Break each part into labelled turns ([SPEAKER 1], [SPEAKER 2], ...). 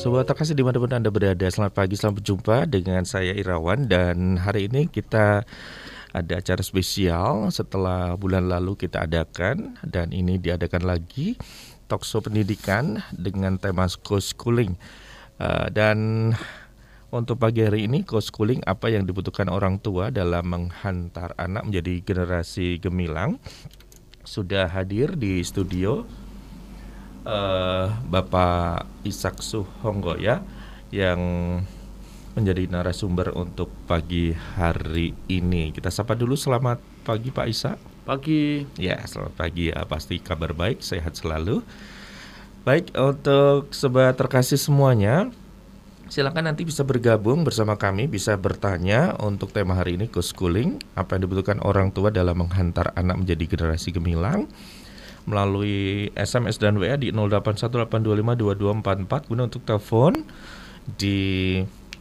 [SPEAKER 1] Sobat terkasih dimanapun Anda berada, selamat pagi, selamat berjumpa dengan saya Irawan. Dan hari ini kita ada acara spesial setelah bulan lalu kita adakan. Dan ini diadakan lagi talkshow pendidikan dengan tema co-schooling. Dan untuk pagi hari ini co-schooling, apa yang dibutuhkan orang tua dalam menghantar anak menjadi generasi gemilang. Sudah hadir di studio Bapak Ishak Suhonggo ya, yang menjadi narasumber untuk pagi hari ini. Kita sapa dulu, selamat pagi Pak Ishak.
[SPEAKER 2] Pagi.
[SPEAKER 1] Ya, selamat pagi ya, pasti kabar baik, sehat selalu. Baik, untuk sobat terkasih semuanya, silakan nanti bisa bergabung bersama kami, bisa bertanya untuk tema hari ini co-schooling, apa yang dibutuhkan orang tua dalam menghantar anak menjadi generasi gemilang, melalui SMS dan WA di 0818252244, kemudian untuk telepon di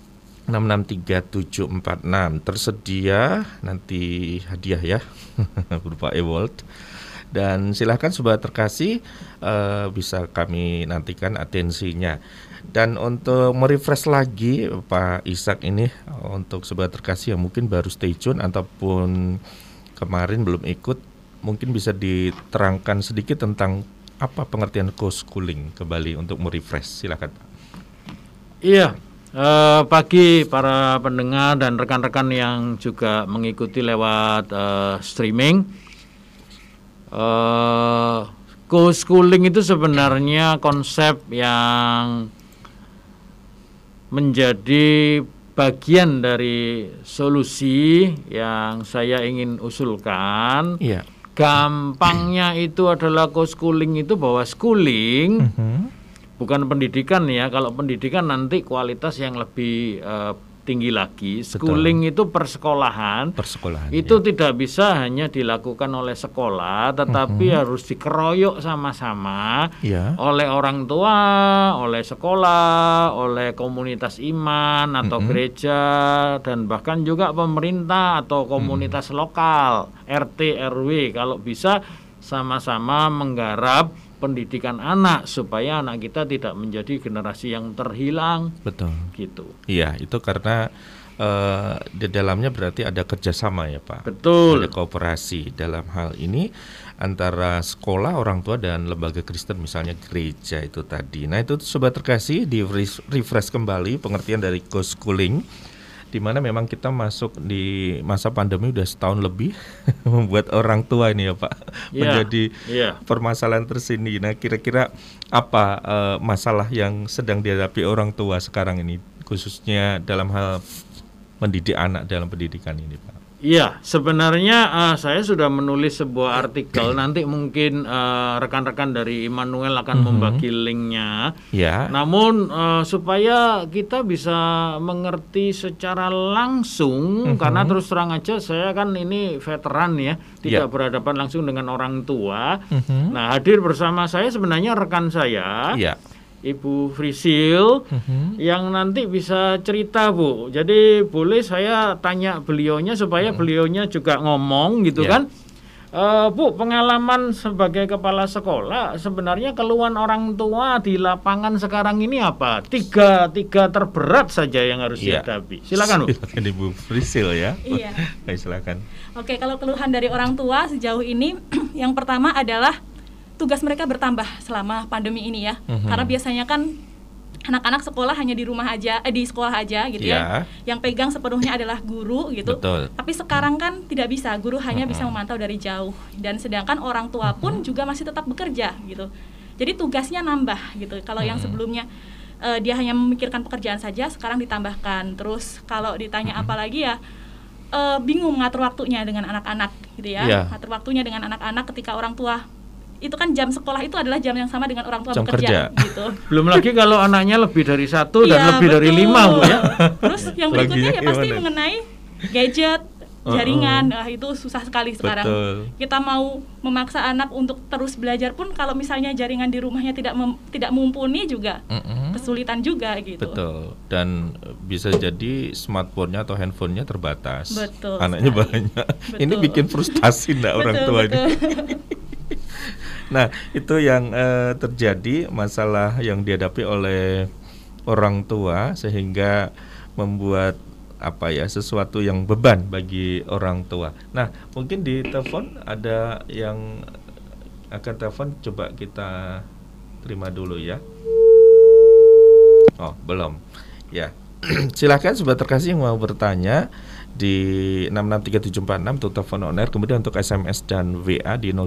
[SPEAKER 1] 663746. Tersedia nanti hadiah ya berupa e-wallet. Dan silahkan sobat terkasih, bisa kami nantikan atensinya. Dan untuk merefresh lagi Pak Ishak ini, untuk sobat terkasih yang mungkin baru stay tune ataupun kemarin belum ikut, mungkin bisa diterangkan sedikit tentang apa pengertian co-schooling kembali untuk merefresh. Silakan Pak.
[SPEAKER 2] Iya, pagi para pendengar dan rekan-rekan yang juga mengikuti lewat streaming. Co-schooling itu sebenarnya konsep yang menjadi bagian dari solusi yang saya ingin usulkan.
[SPEAKER 1] Iya.
[SPEAKER 2] Gampangnya itu adalah co-schooling itu bahwa schooling bukan pendidikan ya. Kalau pendidikan nanti kualitas yang lebih tinggi lagi. Schooling itu persekolahan. Itu tidak bisa hanya dilakukan oleh sekolah, tetapi harus dikeroyok sama-sama oleh orang tua, oleh sekolah, oleh komunitas iman atau gereja, dan bahkan juga pemerintah atau komunitas lokal, RT, RW, kalau bisa sama-sama menggarap pendidikan anak supaya anak kita tidak menjadi generasi yang terhilang.
[SPEAKER 1] Betul.
[SPEAKER 2] Gitu.
[SPEAKER 1] Iya, itu karena di dalamnya berarti ada kerjasama ya Pak.
[SPEAKER 2] Betul.
[SPEAKER 1] Ada kooperasi dalam hal ini antara sekolah, orang tua dan lembaga Kristen, misalnya gereja itu tadi. Nah itu sobat terkasih, di refresh kembali pengertian dari co-schooling, di mana memang kita masuk di masa pandemi udah setahun lebih membuat orang tua ini ya Pak menjadi permasalahan tersendiri. Nah kira-kira apa masalah yang sedang dihadapi orang tua sekarang ini, khususnya dalam hal mendidik anak dalam pendidikan ini Pak?
[SPEAKER 2] Iya, sebenarnya saya sudah menulis sebuah artikel. Nanti mungkin rekan-rekan dari Immanuel akan membagi linknya. Namun supaya kita bisa mengerti secara langsung, karena terus terang aja saya kan ini veteran ya, tidak berhadapan langsung dengan orang tua. Nah, hadir bersama saya sebenarnya rekan saya, Ibu Frisil, yang nanti bisa cerita Bu. Jadi boleh saya tanya beliaunya supaya beliaunya juga ngomong gitu kan. Bu, pengalaman sebagai kepala sekolah, sebenarnya keluhan orang tua di lapangan sekarang ini apa? Tiga terberat saja yang harus dihadapi. Silakan Bu.
[SPEAKER 1] Silakan Ibu Frisil ya.
[SPEAKER 3] Iya.
[SPEAKER 1] Silakan.
[SPEAKER 3] Oke, kalau keluhan dari orang tua sejauh ini, yang pertama adalah tugas mereka bertambah selama pandemi ini ya. Karena biasanya kan anak-anak sekolah hanya di rumah aja, di sekolah aja gitu ya. Yang pegang sepenuhnya adalah guru gitu.
[SPEAKER 1] Betul.
[SPEAKER 3] Tapi sekarang kan tidak bisa, guru hanya bisa memantau dari jauh. Dan sedangkan orang tua pun juga masih tetap bekerja gitu. Jadi tugasnya nambah gitu. Kalau yang sebelumnya dia hanya memikirkan pekerjaan saja, sekarang ditambahkan. Terus kalau ditanya apa lagi ya, bingung mengatur waktunya dengan anak-anak gitu ya. Ngatur waktunya dengan anak-anak ketika orang tua, itu kan jam sekolah itu adalah jam yang sama dengan orang tua
[SPEAKER 1] jam
[SPEAKER 3] bekerja
[SPEAKER 1] kerja.
[SPEAKER 3] gitu.
[SPEAKER 2] Belum lagi kalau anaknya lebih dari 1 dan lebih dari 5 Bu ya.
[SPEAKER 3] Terus yang berikutnya ya pasti mengenai gadget, jaringan. Itu susah sekali sekarang. Kita mau memaksa anak untuk terus belajar pun kalau misalnya jaringan di rumahnya tidak mumpuni juga kesulitan juga gitu.
[SPEAKER 1] Betul. Dan bisa jadi smartphone-nya atau handphone-nya terbatas.
[SPEAKER 3] Betul.
[SPEAKER 1] Anaknya banyak. Betul. Ini bikin frustasi enggak orang tua ini. Nah, itu yang terjadi, masalah yang dihadapi oleh orang tua sehingga membuat sesuatu yang beban bagi orang tua. Nah, mungkin di telepon ada yang akan telepon, coba kita terima dulu ya. Oh, belum. Ya. Silakan sobat terkasih yang mau bertanya di 663746 untuk telepon on air, kemudian untuk SMS dan WA di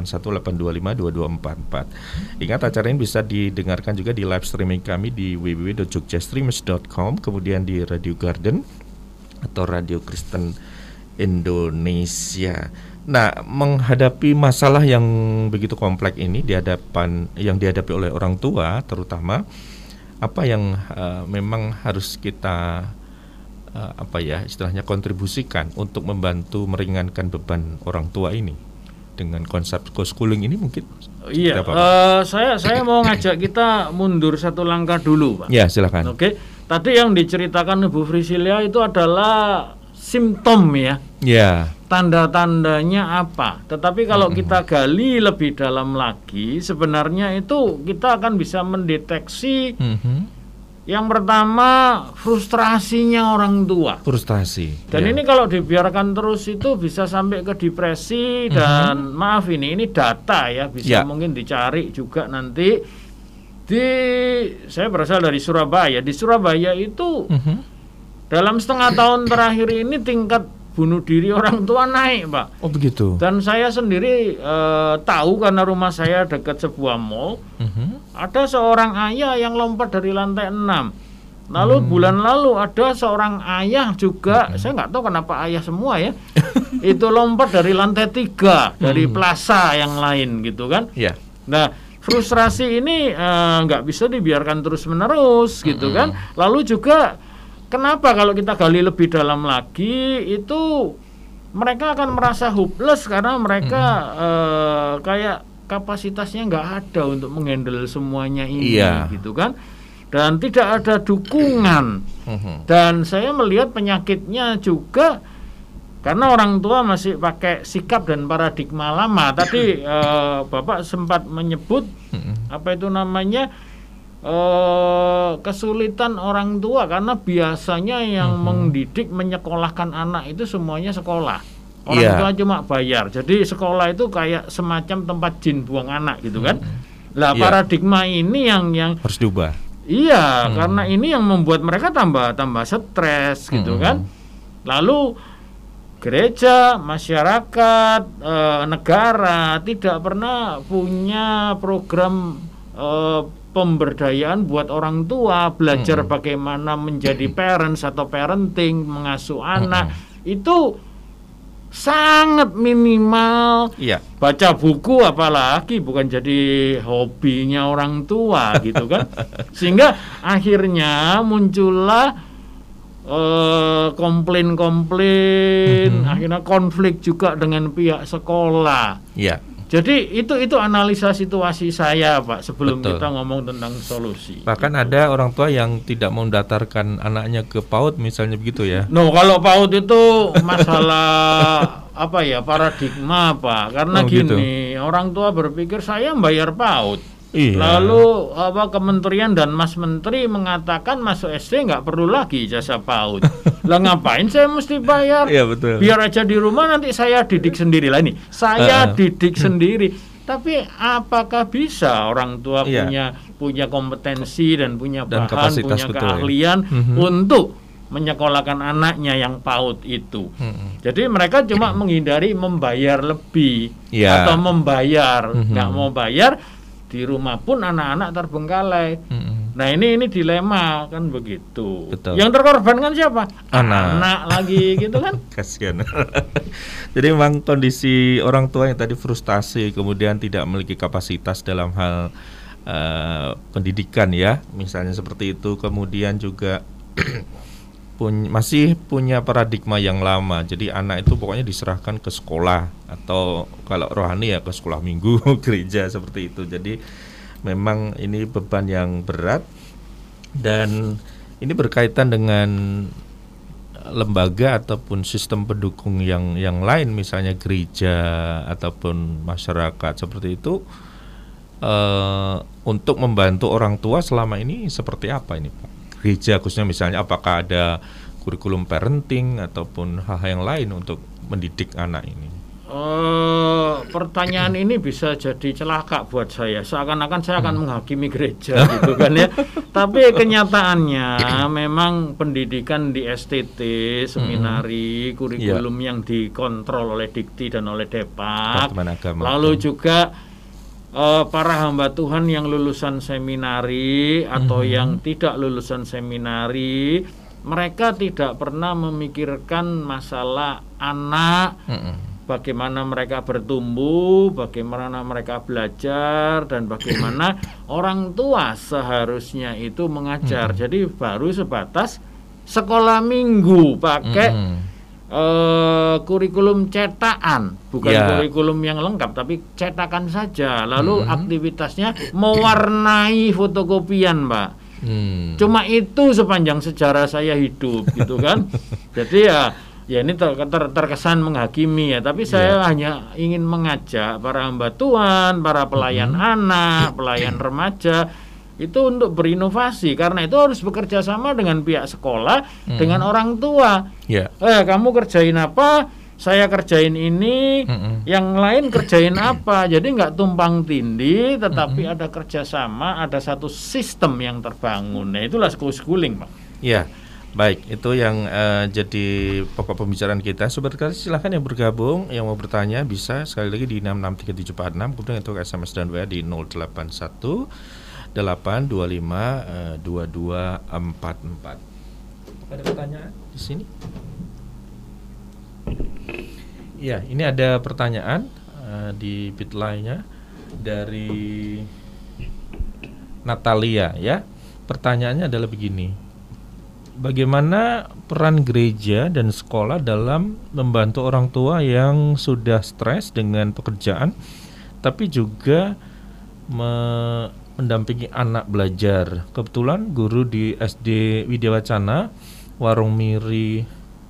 [SPEAKER 1] 0818252244. Ingat, acara ini bisa didengarkan juga di live streaming kami di www.jogjastreamers.com, kemudian di Radio Garden atau Radio Kristen Indonesia. Nah, menghadapi masalah yang begitu kompleks ini yang dihadapi oleh orang tua terutama, apa yang memang harus kita istilahnya kontribusikan untuk membantu meringankan beban orang tua ini dengan konsep co-schooling ini mungkin?
[SPEAKER 2] Iya, saya mau ngajak kita mundur satu langkah dulu, Pak.
[SPEAKER 1] Ya, silakan.
[SPEAKER 2] Oke, tadi yang diceritakan Ibu Frisilia itu adalah simptom ya.
[SPEAKER 1] Ya.
[SPEAKER 2] Tanda-tandanya apa? Tetapi kalau kita gali lebih dalam lagi, sebenarnya itu kita akan bisa mendeteksi. Yang pertama, frustrasinya orang tua.
[SPEAKER 1] Frustrasi.
[SPEAKER 2] Dan ini kalau dibiarkan terus itu bisa sampai ke depresi. Dan maaf, ini data ya, bisa mungkin dicari juga nanti. Saya berasal dari Surabaya. Di Surabaya itu dalam setengah tahun terakhir ini tingkat bunuh diri orang tua naik, Pak.
[SPEAKER 1] Oh, begitu.
[SPEAKER 2] Dan saya sendiri tahu karena rumah saya dekat sebuah mall. Ada seorang ayah yang lompat dari lantai 6. Lalu bulan lalu ada seorang ayah juga, saya nggak tahu kenapa ayah semua ya, itu lompat dari lantai 3 dari plaza yang lain gitu kan.
[SPEAKER 1] Yeah.
[SPEAKER 2] Nah, frustrasi ini nggak bisa dibiarkan terus menerus gitu kan. Lalu juga kenapa kalau kita gali lebih dalam lagi itu mereka akan merasa hopeless karena mereka kayak kapasitasnya nggak ada untuk menghandle semuanya ini, gitu kan, dan tidak ada dukungan. Dan saya melihat penyakitnya juga karena orang tua masih pakai sikap dan paradigma lama. Tadi Bapak sempat menyebut apa itu namanya, kesulitan orang tua karena biasanya yang mendidik, menyekolahkan anak itu semuanya sekolah. Orang tua cuma bayar. Jadi sekolah itu kayak semacam tempat jin buang anak gitu kan. Lah paradigma ini yang harus
[SPEAKER 1] diubah.
[SPEAKER 2] Iya, karena ini yang membuat mereka tambah stres gitu kan. Lalu gereja, masyarakat, negara tidak pernah punya program pemberdayaan buat orang tua, belajar bagaimana menjadi parents atau parenting, mengasuh anak. Itu sangat minimal. Baca buku apalagi bukan jadi hobinya orang tua gitu kan. Sehingga akhirnya muncullah komplain, akhirnya konflik juga dengan pihak sekolah. Jadi itu analisa situasi saya, Pak, sebelum kita ngomong tentang solusi.
[SPEAKER 1] Bahkan ada orang tua yang tidak mendatarkan anaknya ke PAUD misalnya begitu ya.
[SPEAKER 2] No, kalau PAUD itu masalah paradigma, Pak. Karena gini, orang tua berpikir saya bayar PAUD. Lalu kementerian dan Mas Menteri mengatakan masuk SD nggak perlu lagi jasa PAUD. Lah ngapain saya mesti bayar?
[SPEAKER 1] Betul.
[SPEAKER 2] Biar aja di rumah nanti saya didik sendiri lah ini. Saya didik sendiri. Tapi apakah bisa orang tua punya kompetensi dan punya bahan, punya keahlian untuk menyekolahkan anaknya yang PAUD itu? Jadi mereka cuma menghindari membayar lebih atau membayar, nggak mau bayar. Di rumah pun anak-anak terbengkalai. Nah ini dilema kan begitu.
[SPEAKER 1] Betul.
[SPEAKER 2] Yang terkorbankan siapa?
[SPEAKER 1] Anak
[SPEAKER 2] lagi gitu kan.
[SPEAKER 1] Kasihan. Jadi memang kondisi orang tua yang tadi frustasi, kemudian tidak memiliki kapasitas dalam hal pendidikan ya, misalnya seperti itu. Kemudian juga masih punya paradigma yang lama. Jadi anak itu pokoknya diserahkan ke sekolah, atau kalau rohani ya ke sekolah minggu, gereja seperti itu. Jadi memang ini beban yang berat, dan ini berkaitan dengan lembaga ataupun sistem pendukung yang lain, misalnya gereja ataupun masyarakat seperti itu. Untuk membantu orang tua selama ini seperti apa ini, Pak? gereja khususnya, misalnya apakah ada kurikulum parenting ataupun hal-hal yang lain untuk mendidik anak ini?
[SPEAKER 2] Pertanyaan ini bisa jadi celaka buat saya. Seakan-akan saya akan menghakimi gereja gitu kan ya. Tapi kenyataannya memang pendidikan di STT, seminari, kurikulum yang dikontrol oleh Dikti dan oleh Depak. Lalu juga para hamba Tuhan yang lulusan seminari atau yang tidak lulusan seminari, mereka tidak pernah memikirkan masalah anak, bagaimana mereka bertumbuh, bagaimana mereka belajar, dan bagaimana orang tua seharusnya itu mengajar. Jadi baru sebatas sekolah minggu pakai kurikulum cetakan, bukan kurikulum yang lengkap, tapi cetakan saja. Lalu aktivitasnya mewarnai fotokopian, Pak. Cuma itu sepanjang sejarah saya hidup, gitu kan. Jadi ya ini terkesan menghakimi ya, tapi saya hanya ingin mengajak para hamba Tuhan, para pelayan anak, pelayan remaja itu untuk berinovasi, karena itu harus bekerja sama dengan pihak sekolah, dengan orang tua. Kamu kerjain apa? Saya kerjain ini, yang lain kerjain apa. Jadi nggak tumpang tindih, tetapi ada kerjasama, ada satu sistem yang terbangun. Nah, itulah schooling, Pak.
[SPEAKER 1] Ya. Baik, itu yang jadi pokok pembicaraan kita. Sobat Kekasih, silahkan yang bergabung, yang mau bertanya bisa sekali lagi di 663746, kemudian untuk SMS dan WA di 081 825 2244. Ada pertanyaan di sini? Ya, ini ada pertanyaan di bitline-nya dari Natalia ya. Pertanyaannya adalah begini: bagaimana peran gereja dan sekolah dalam membantu orang tua yang sudah stres dengan pekerjaan, tapi juga mendampingi anak belajar? Kebetulan guru di SD Widya Wacana, Warung Miri,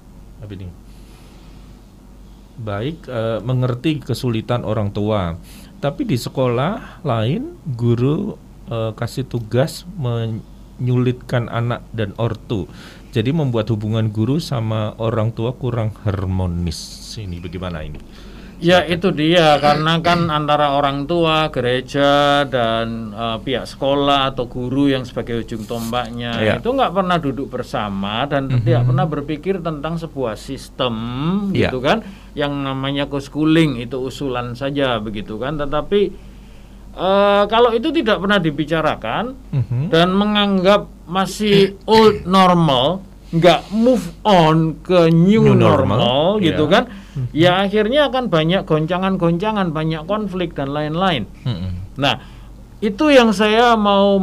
[SPEAKER 1] mengerti kesulitan orang tua, tapi di sekolah lain guru kasih tugas menyulitkan anak dan ortu, jadi membuat hubungan guru sama orang tua kurang harmonis. Ini bagaimana ini?
[SPEAKER 2] Ya, itu dia, karena kan antara orang tua, gereja, dan pihak sekolah atau guru yang sebagai ujung tombaknya itu nggak pernah duduk bersama dan tidak pernah berpikir tentang sebuah sistem gitu kan, yang namanya co-schooling itu usulan saja begitu kan, tetapi kalau itu tidak pernah dibicarakan dan menganggap masih old normal, nggak move on ke new normal gitu kan, ya akhirnya akan banyak goncangan-goncangan, banyak konflik dan lain-lain. Nah, itu yang saya mau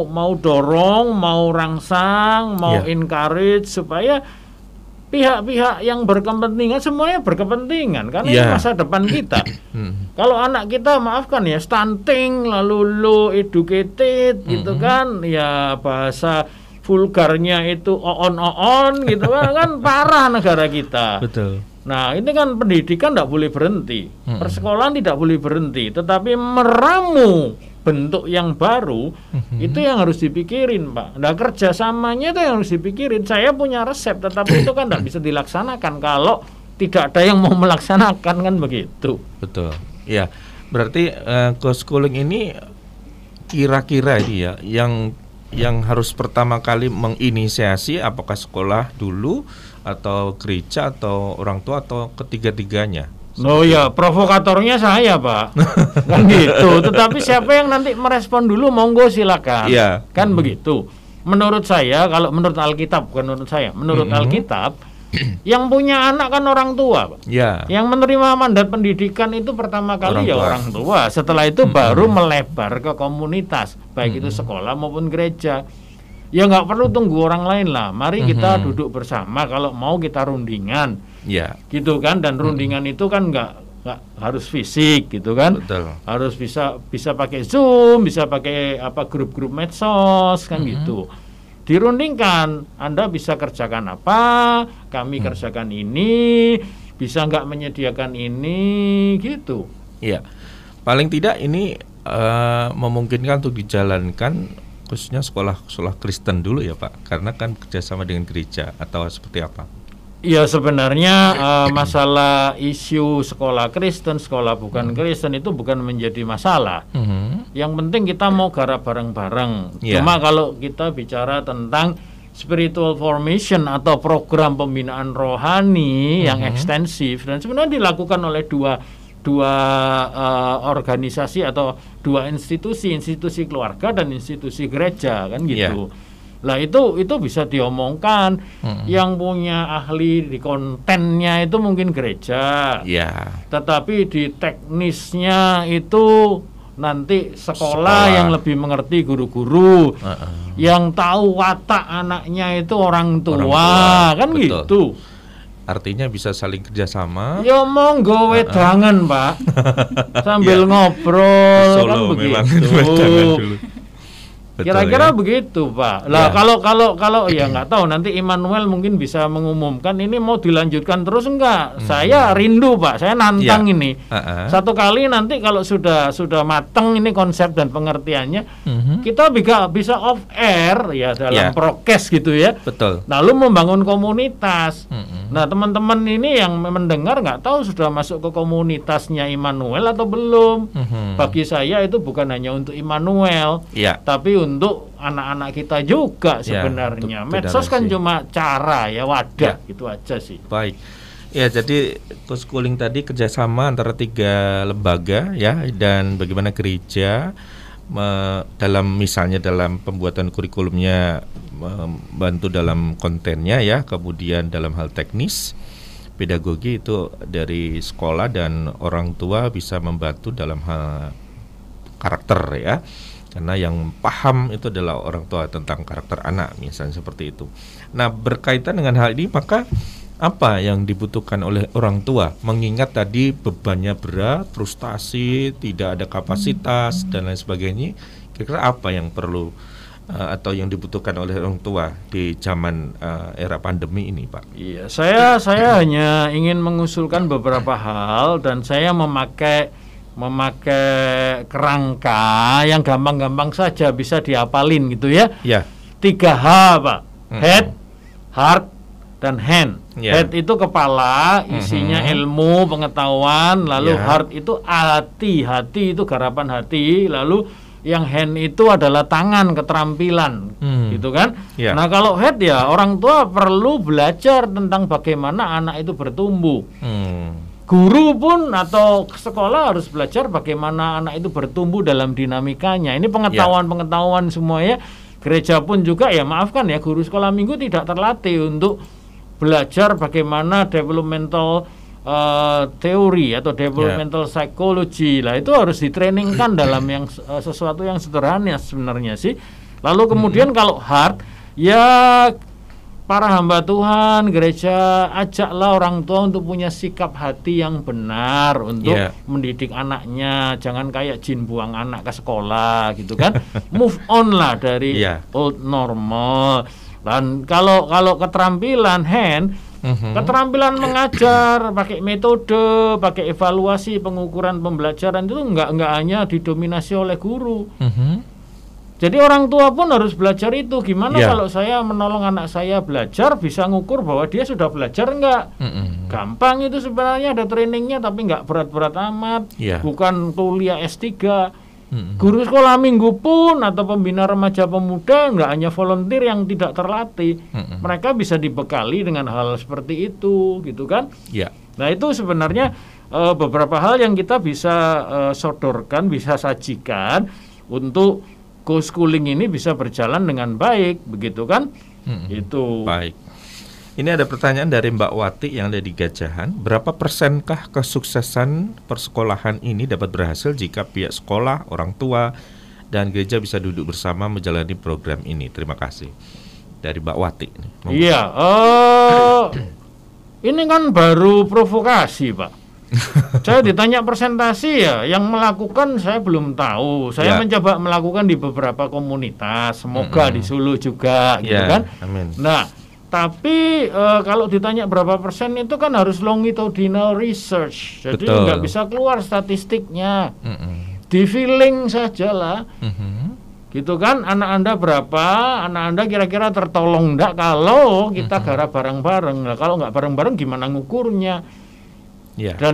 [SPEAKER 2] dorong, mau rangsang, mau encourage supaya pihak-pihak yang berkepentingan, semuanya berkepentingan karena ini masa depan kita. Kalau anak kita, maafkan ya, stunting, lalu low educated gitu kan, ya bahasa vulgarnya itu oon gitu kan parah negara kita.
[SPEAKER 1] Betul.
[SPEAKER 2] Nah, ini kan pendidikan tidak boleh berhenti, persekolahan tidak boleh berhenti, tetapi meramu bentuk yang baru itu yang harus dipikirin, Pak. Nah, kerjasamanya itu yang harus dipikirin. Saya punya resep, tetapi itu kan tidak bisa dilaksanakan kalau tidak ada yang mau melaksanakan, kan begitu.
[SPEAKER 1] Betul. Ya, berarti co-schooling ini kira-kira ini ya yang harus pertama kali menginisiasi, apakah sekolah dulu atau gereja atau orang tua atau ketiga-tiganya?
[SPEAKER 2] Oh ya, provokatornya saya, Pak. Kan gitu. Tetapi siapa yang nanti merespon dulu, monggo silakan. Kan begitu. Menurut saya, kalau menurut Alkitab, bukan menurut saya, menurut Alkitab, yang punya anak kan orang tua, Pak. Yang menerima mandat pendidikan itu pertama kali orang tua. Setelah itu baru melebar ke komunitas, baik itu sekolah maupun gereja. Ya nggak perlu tunggu orang lain lah. Mari kita duduk bersama kalau mau kita rundingan. Gitu kan, dan rundingan itu kan nggak harus fisik gitu kan.
[SPEAKER 1] Betul.
[SPEAKER 2] Harus bisa pakai Zoom, bisa pakai grup-grup medsos kan gitu. Dirundingkan, Anda bisa kerjakan apa, kami kerjakan ini, bisa nggak menyediakan ini gitu.
[SPEAKER 1] Paling tidak ini memungkinkan untuk dijalankan khususnya sekolah Kristen dulu ya Pak, karena kan kerjasama dengan gereja, atau seperti apa?
[SPEAKER 2] Ya sebenarnya masalah isu sekolah Kristen, sekolah bukan Kristen itu bukan menjadi masalah. Yang penting kita mau garap bareng-bareng. Cuma kalau kita bicara tentang spiritual formation atau program pembinaan rohani yang ekstensif, dan sebenarnya dilakukan oleh dua organisasi atau dua institusi keluarga dan institusi gereja, kan gitu. Lah itu bisa diomongkan. Yang punya ahli di kontennya itu mungkin gereja. Tetapi di teknisnya itu nanti sekolah yang lebih mengerti, guru-guru. Yang tahu watak anaknya itu orang tua. Kan betul. Gitu.
[SPEAKER 1] Artinya bisa saling kerjasama.
[SPEAKER 2] Ya monggo wedangan Pak. Sambil ngobrol.
[SPEAKER 1] Solo, kan begitu.
[SPEAKER 2] Kira-kira begitu Pak. Lah kalau ya nggak tahu, nanti Immanuel mungkin bisa mengumumkan ini mau dilanjutkan terus enggak. Saya rindu Pak, saya nantang ini. Satu kali nanti kalau sudah matang ini konsep dan pengertiannya, kita bisa off air ya dalam prokes gitu ya.
[SPEAKER 1] Betul.
[SPEAKER 2] Lalu membangun komunitas. Nah teman-teman ini yang mendengar nggak tahu sudah masuk ke komunitasnya Immanuel atau belum. Bagi saya itu bukan hanya untuk Immanuel, tapi untuk anak-anak kita juga sebenarnya. Medsos kan cuma cara ya, wadah gitu aja sih.
[SPEAKER 1] Baik. Ya, jadi co-schooling tadi kerjasama antara 3 lembaga ya, dan bagaimana gereja dalam misalnya dalam pembuatan kurikulumnya membantu dalam kontennya ya, kemudian dalam hal teknis pedagogi itu dari sekolah, dan orang tua bisa membantu dalam hal karakter ya. Karena yang paham itu adalah orang tua tentang karakter anak, misalnya seperti itu. Nah, berkaitan dengan hal ini, maka apa yang dibutuhkan oleh orang tua? Mengingat tadi bebannya berat, frustasi, tidak ada kapasitas, dan lain sebagainya. Kira-kira apa yang perlu atau yang dibutuhkan oleh orang tua di zaman era pandemi ini, Pak?
[SPEAKER 2] Iya, saya hanya ingin mengusulkan beberapa hal, dan saya memakai kerangka yang gampang-gampang saja bisa diapalin gitu ya. 3H Pak. Head, heart, dan hand. Head itu kepala, isinya ilmu, pengetahuan. Lalu heart itu hati itu garapan hati. Lalu yang hand itu adalah tangan, keterampilan, gitu kan. Nah kalau head ya orang tua perlu belajar tentang bagaimana anak itu bertumbuh. Guru pun atau sekolah harus belajar bagaimana anak itu bertumbuh dalam dinamikanya. Ini pengetahuan semua ya. Gereja pun juga ya, maafkan ya, guru sekolah minggu tidak terlatih untuk belajar bagaimana developmental teori atau developmental psychology. Lah itu harus ditrainingkan dalam yang sesuatu yang sederhana sebenarnya sih. Lalu kemudian kalau heart ya, para hamba Tuhan, gereja, ajaklah orang tua untuk punya sikap hati yang benar untuk mendidik anaknya. Jangan kayak jin buang anak ke sekolah gitu kan. Move on lah dari old normal. Dan kalau keterampilan hand, keterampilan mengajar, pakai metode, pakai evaluasi, pengukuran pembelajaran itu enggak hanya didominasi oleh guru. Jadi orang tua pun harus belajar itu. Gimana kalau saya menolong anak saya belajar, bisa ngukur bahwa dia sudah belajar enggak? Gampang itu sebenarnya, ada trainingnya, tapi enggak berat-berat amat. Bukan kuliah S3. Guru sekolah minggu pun atau pembina remaja pemuda enggak hanya volunteer yang tidak terlatih. Mereka bisa dibekali dengan hal seperti itu, gitu kan? Nah itu sebenarnya beberapa hal yang kita bisa sodorkan, bisa sajikan untuk co-schooling ini bisa berjalan dengan baik, begitu kan? Itu.
[SPEAKER 1] Baik. Ini ada pertanyaan dari Mbak Wati yang ada di Gajahan. Berapa persenkah kesuksesan persekolahan ini dapat berhasil jika pihak sekolah, orang tua, dan gereja bisa duduk bersama menjalani program ini? Terima kasih. Dari Mbak Wati.
[SPEAKER 2] Iya. Ini kan baru provokasi, Pak. Saya ditanya persentase ya, yang melakukan saya belum tahu. Saya mencoba melakukan di beberapa komunitas, semoga di Solo juga, gitu kan.
[SPEAKER 1] Amin.
[SPEAKER 2] Nah, tapi kalau ditanya berapa persen itu kan harus longitudinal research, jadi nggak bisa keluar statistiknya. Di feeling saja lah. Gitu kan, anak Anda berapa, anak Anda kira-kira tertolong enggak kalau kita garap bareng-bareng. Nah, kalau nggak bareng-bareng gimana ngukurnya? Dan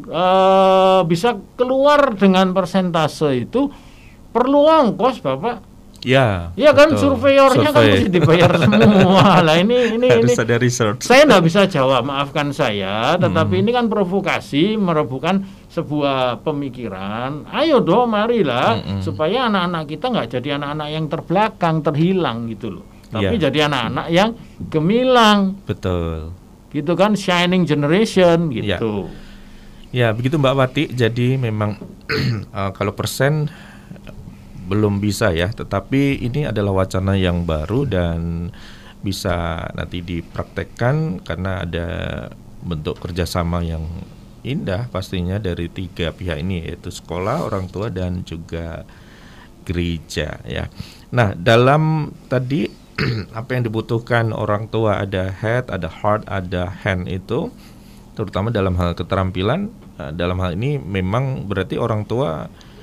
[SPEAKER 2] bisa keluar dengan persentase itu perlu ongkos, Bapak.
[SPEAKER 1] Ya
[SPEAKER 2] kan, surveyornya kan mesti dibayar semua. Lah ini
[SPEAKER 1] ada research.
[SPEAKER 2] Saya nggak bisa jawab, maafkan saya, tetapi ini kan provokasi, merebutkan sebuah pemikiran. Ayo dong, marilah supaya anak-anak kita nggak jadi anak-anak yang terbelakang, terhilang gitu loh. Tapi jadi anak-anak yang gemilang.
[SPEAKER 1] Betul.
[SPEAKER 2] Gitu kan, shining generation gitu.
[SPEAKER 1] Ya, begitu Mbak Wati. Jadi memang kalau persen belum bisa ya, tetapi ini adalah wacana yang baru dan bisa nanti dipraktekkan karena ada bentuk kerjasama yang indah pastinya dari 3 pihak ini, yaitu sekolah, orang tua, dan juga gereja ya. Nah, dalam tadi apa yang dibutuhkan orang tua, ada head, ada heart, ada hand itu, terutama dalam hal keterampilan. Dalam hal ini memang berarti orang tua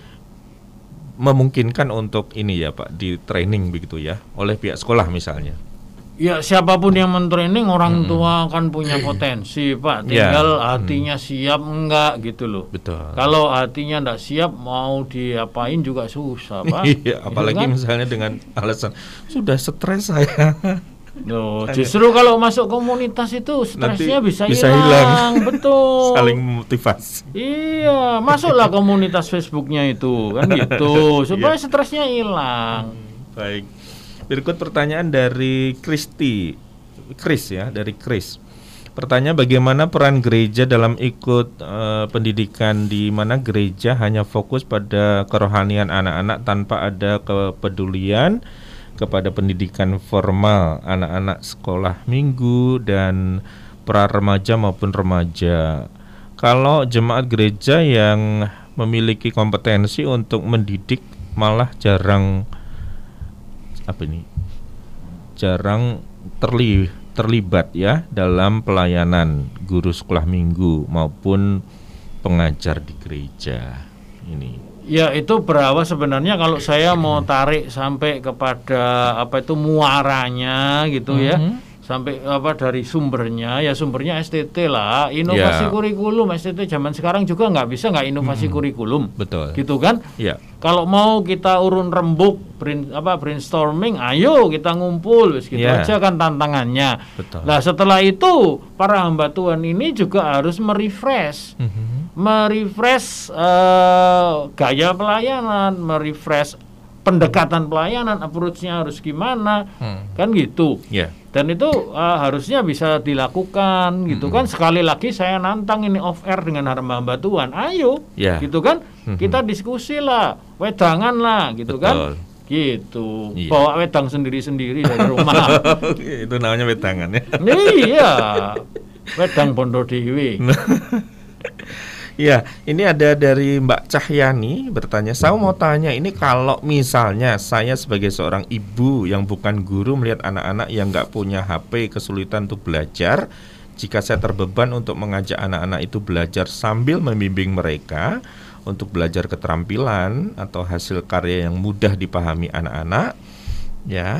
[SPEAKER 1] memungkinkan untuk ini ya Pak, di training begitu ya oleh pihak sekolah misalnya.
[SPEAKER 2] Ya, siapapun yang mentraining, orang tua kan punya potensi Pak, tinggal hatinya siap enggak gitu loh.
[SPEAKER 1] Betul.
[SPEAKER 2] Kalau hatinya enggak siap, mau diapain juga susah Pak.
[SPEAKER 1] Iya, apalagi kan? Misalnya dengan alasan sudah stres saya.
[SPEAKER 2] Loh, justru kalau masuk komunitas itu stresnya bisa hilang. Betul.
[SPEAKER 1] Saling memotivasi.
[SPEAKER 2] Iya, masuklah komunitas Facebooknya itu kan gitu, supaya stresnya hilang.
[SPEAKER 1] Baik. Berikut pertanyaan dari Chris ya, dari Chris. Pertanyaan, bagaimana peran gereja dalam ikut pendidikan di mana gereja hanya fokus pada kerohanian anak-anak tanpa ada kepedulian kepada pendidikan formal anak-anak sekolah minggu dan pra remaja maupun remaja. Kalau jemaat gereja yang memiliki kompetensi untuk mendidik malah jarang terlibat ya dalam pelayanan guru sekolah minggu maupun pengajar di gereja ini.
[SPEAKER 2] Ya, itu berawal sebenarnya kalau saya mau tarik sampai kepada muaranya gitu ya. Sampai dari sumbernya, ya sumbernya STT lah, inovasi kurikulum. STT zaman sekarang juga nggak bisa nggak inovasi kurikulum.
[SPEAKER 1] Betul.
[SPEAKER 2] Gitu kan?
[SPEAKER 1] Ya.
[SPEAKER 2] Kalau mau kita urun rembuk brainstorming, ayo kita ngumpul, gitu aja kan tantangannya.
[SPEAKER 1] Betul.
[SPEAKER 2] Nah, setelah itu para hamba Tuhan ini juga harus merefresh gaya pelayanan, merefresh pendekatan pelayanan, approach-nya harus gimana, kan gitu. Dan itu harusnya bisa dilakukan gitu kan. Sekali lagi saya nantang ini off air dengan hamba-hamba Tuhan, ayo gitu kan, kita diskusi lah, wedangan lah gitu. Betul. Kan gitu, bawa wedang sendiri-sendiri dari rumah.
[SPEAKER 1] Itu namanya wedangan ya.
[SPEAKER 2] Iya, wedang bondo dewe.
[SPEAKER 1] Ya, ini ada dari Mbak Cahyani bertanya, saya mau tanya ini, kalau misalnya saya sebagai seorang ibu yang bukan guru melihat anak-anak yang nggak punya HP kesulitan untuk belajar, jika saya terbeban untuk mengajak anak-anak itu belajar sambil membimbing mereka untuk belajar keterampilan atau hasil karya yang mudah dipahami anak-anak, ya,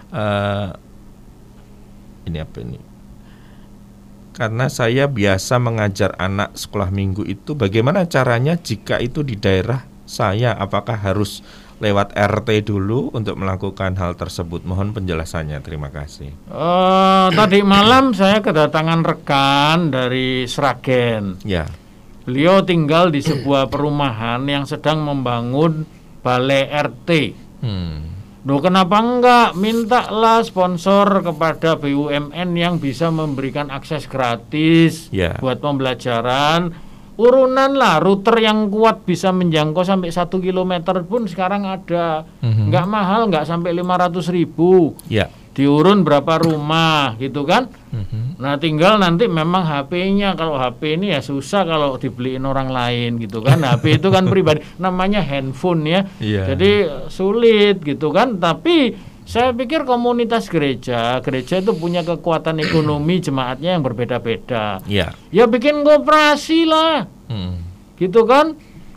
[SPEAKER 1] ini apa ini? Karena saya biasa mengajar anak sekolah minggu itu, bagaimana caranya jika itu di daerah saya? Apakah harus lewat RT dulu untuk melakukan hal tersebut? Mohon penjelasannya, terima kasih.
[SPEAKER 2] Tadi malam saya kedatangan rekan dari Sragen.
[SPEAKER 1] Ya.
[SPEAKER 2] Beliau tinggal di sebuah perumahan yang sedang membangun balai RT. Loh, kenapa enggak mintalah sponsor kepada BUMN yang bisa memberikan akses gratis buat pembelajaran, urunan lah, router yang kuat bisa menjangkau sampai 1 km pun sekarang ada, enggak mahal, enggak sampai 500.000, diurun berapa rumah gitu kan. Nah, tinggal nanti memang HP-nya, kalau HP ini ya susah kalau dibeliin orang lain gitu kan. HP itu kan pribadi, namanya handphone ya. Jadi sulit gitu kan. Tapi saya pikir komunitas gereja itu punya kekuatan ekonomi jemaatnya yang berbeda-beda. Ya bikin koperasi lah. Gitu kan.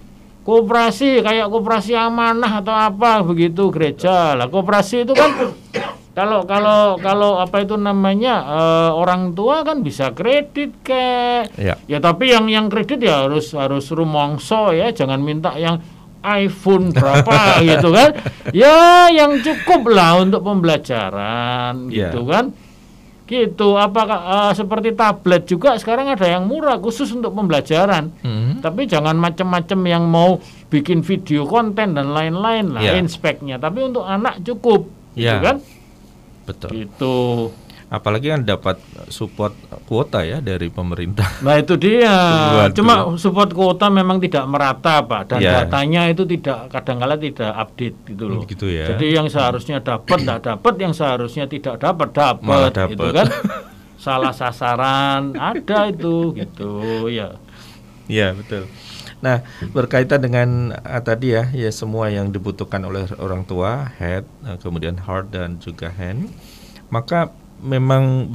[SPEAKER 2] koperasi kayak koperasi amanah atau apa begitu gereja. Lah koperasi itu kan kalau apa itu namanya orang tua kan bisa kredit ya tapi yang kredit ya harus rumongso ya, jangan minta yang iPhone berapa gitu kan ya, yang cukup lah untuk pembelajaran gitu kan gitu. Apakah seperti tablet juga sekarang ada yang murah khusus untuk pembelajaran, tapi jangan macam-macam yang mau bikin video konten dan lain-lain lah inspeknya, tapi untuk anak cukup gitu kan.
[SPEAKER 1] Betul.
[SPEAKER 2] Gitu.
[SPEAKER 1] Apalagi kan dapat support kuota ya dari pemerintah.
[SPEAKER 2] Nah itu dia. Cuma support kuota memang tidak merata Pak, dan datanya itu kadang-kala tidak update gitu loh.
[SPEAKER 1] Gitu ya.
[SPEAKER 2] Jadi yang seharusnya dapat tidak dapat, yang seharusnya tidak dapat gitu kan. Salah sasaran ada itu gitu ya.
[SPEAKER 1] Ya betul. Nah berkaitan dengan tadi ya semua yang dibutuhkan oleh orang tua, head, kemudian heart dan juga hand, maka memang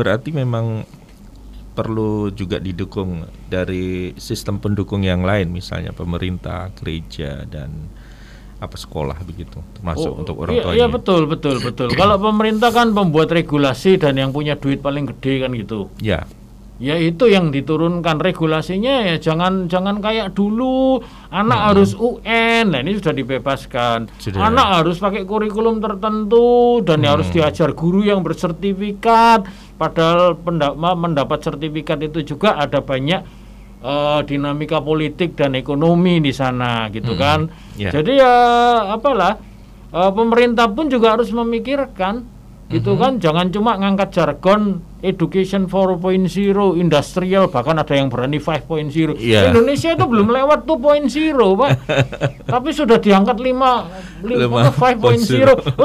[SPEAKER 1] perlu juga didukung dari sistem pendukung yang lain, misalnya pemerintah, gereja dan sekolah begitu, termasuk untuk orang tua.
[SPEAKER 2] Iya betul. Kalau pemerintah kan membuat regulasi dan yang punya duit paling gede kan gitu. Ya itu yang diturunkan regulasinya ya, jangan kayak dulu anak harus UN. Nah ini sudah dibebaskan. Anak harus pakai kurikulum tertentu dan harus diajar guru yang bersertifikat. Padahal mendapat sertifikat itu juga ada banyak dinamika politik dan ekonomi di sana gitu kan. Jadi pemerintah pun juga harus memikirkan gitu kan, jangan cuma ngangkat jargon education 4.0, industrial, bahkan ada yang berani 5.0. Indonesia itu belum lewat 2.0 Pak. Tapi sudah diangkat 5.0, 5.0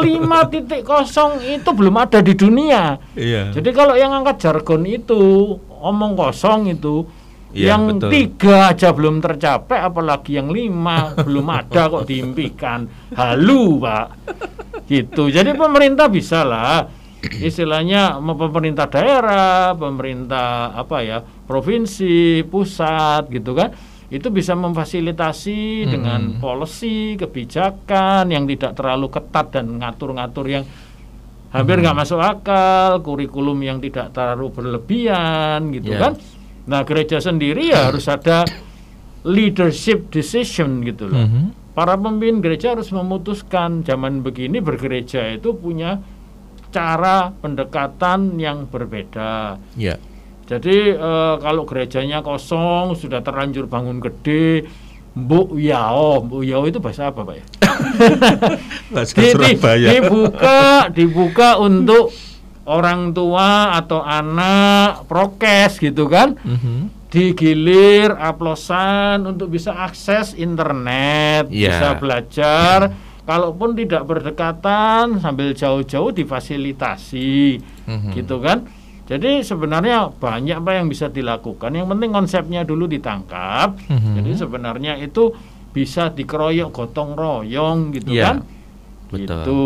[SPEAKER 2] itu belum ada di dunia. Jadi kalau yang angkat jargon itu omong kosong itu, yang betul. 3 aja belum tercapai, apalagi yang 5 belum ada kok diimpikan. Halu Pak. Gitu. Jadi pemerintah bisa lah, istilahnya pemerintah daerah, pemerintah provinsi, pusat gitu kan, itu bisa memfasilitasi dengan policy, kebijakan yang tidak terlalu ketat dan ngatur-ngatur yang hampir nggak masuk akal, kurikulum yang tidak terlalu berlebihan gitu kan. Nah gereja sendiri ya harus ada leadership decision gitu loh. Para pemimpin gereja harus memutuskan, zaman begini bergereja itu punya cara pendekatan yang berbeda. Jadi kalau gerejanya kosong, sudah terlanjur bangun gede, Mbok Yao itu bahasa apa Pak ya?
[SPEAKER 1] Bahasa Surabaya.
[SPEAKER 2] Dibuka untuk orang tua atau anak, prokes gitu kan. Digilir aplosan untuk bisa akses internet, bisa belajar. Kalaupun tidak berdekatan, sambil jauh-jauh difasilitasi, gitu kan. Jadi sebenarnya banyak apa yang bisa dilakukan. Yang penting konsepnya dulu ditangkap. Jadi sebenarnya itu bisa dikeroyok gotong royong gitu kan.
[SPEAKER 1] Betul.
[SPEAKER 2] Gitu.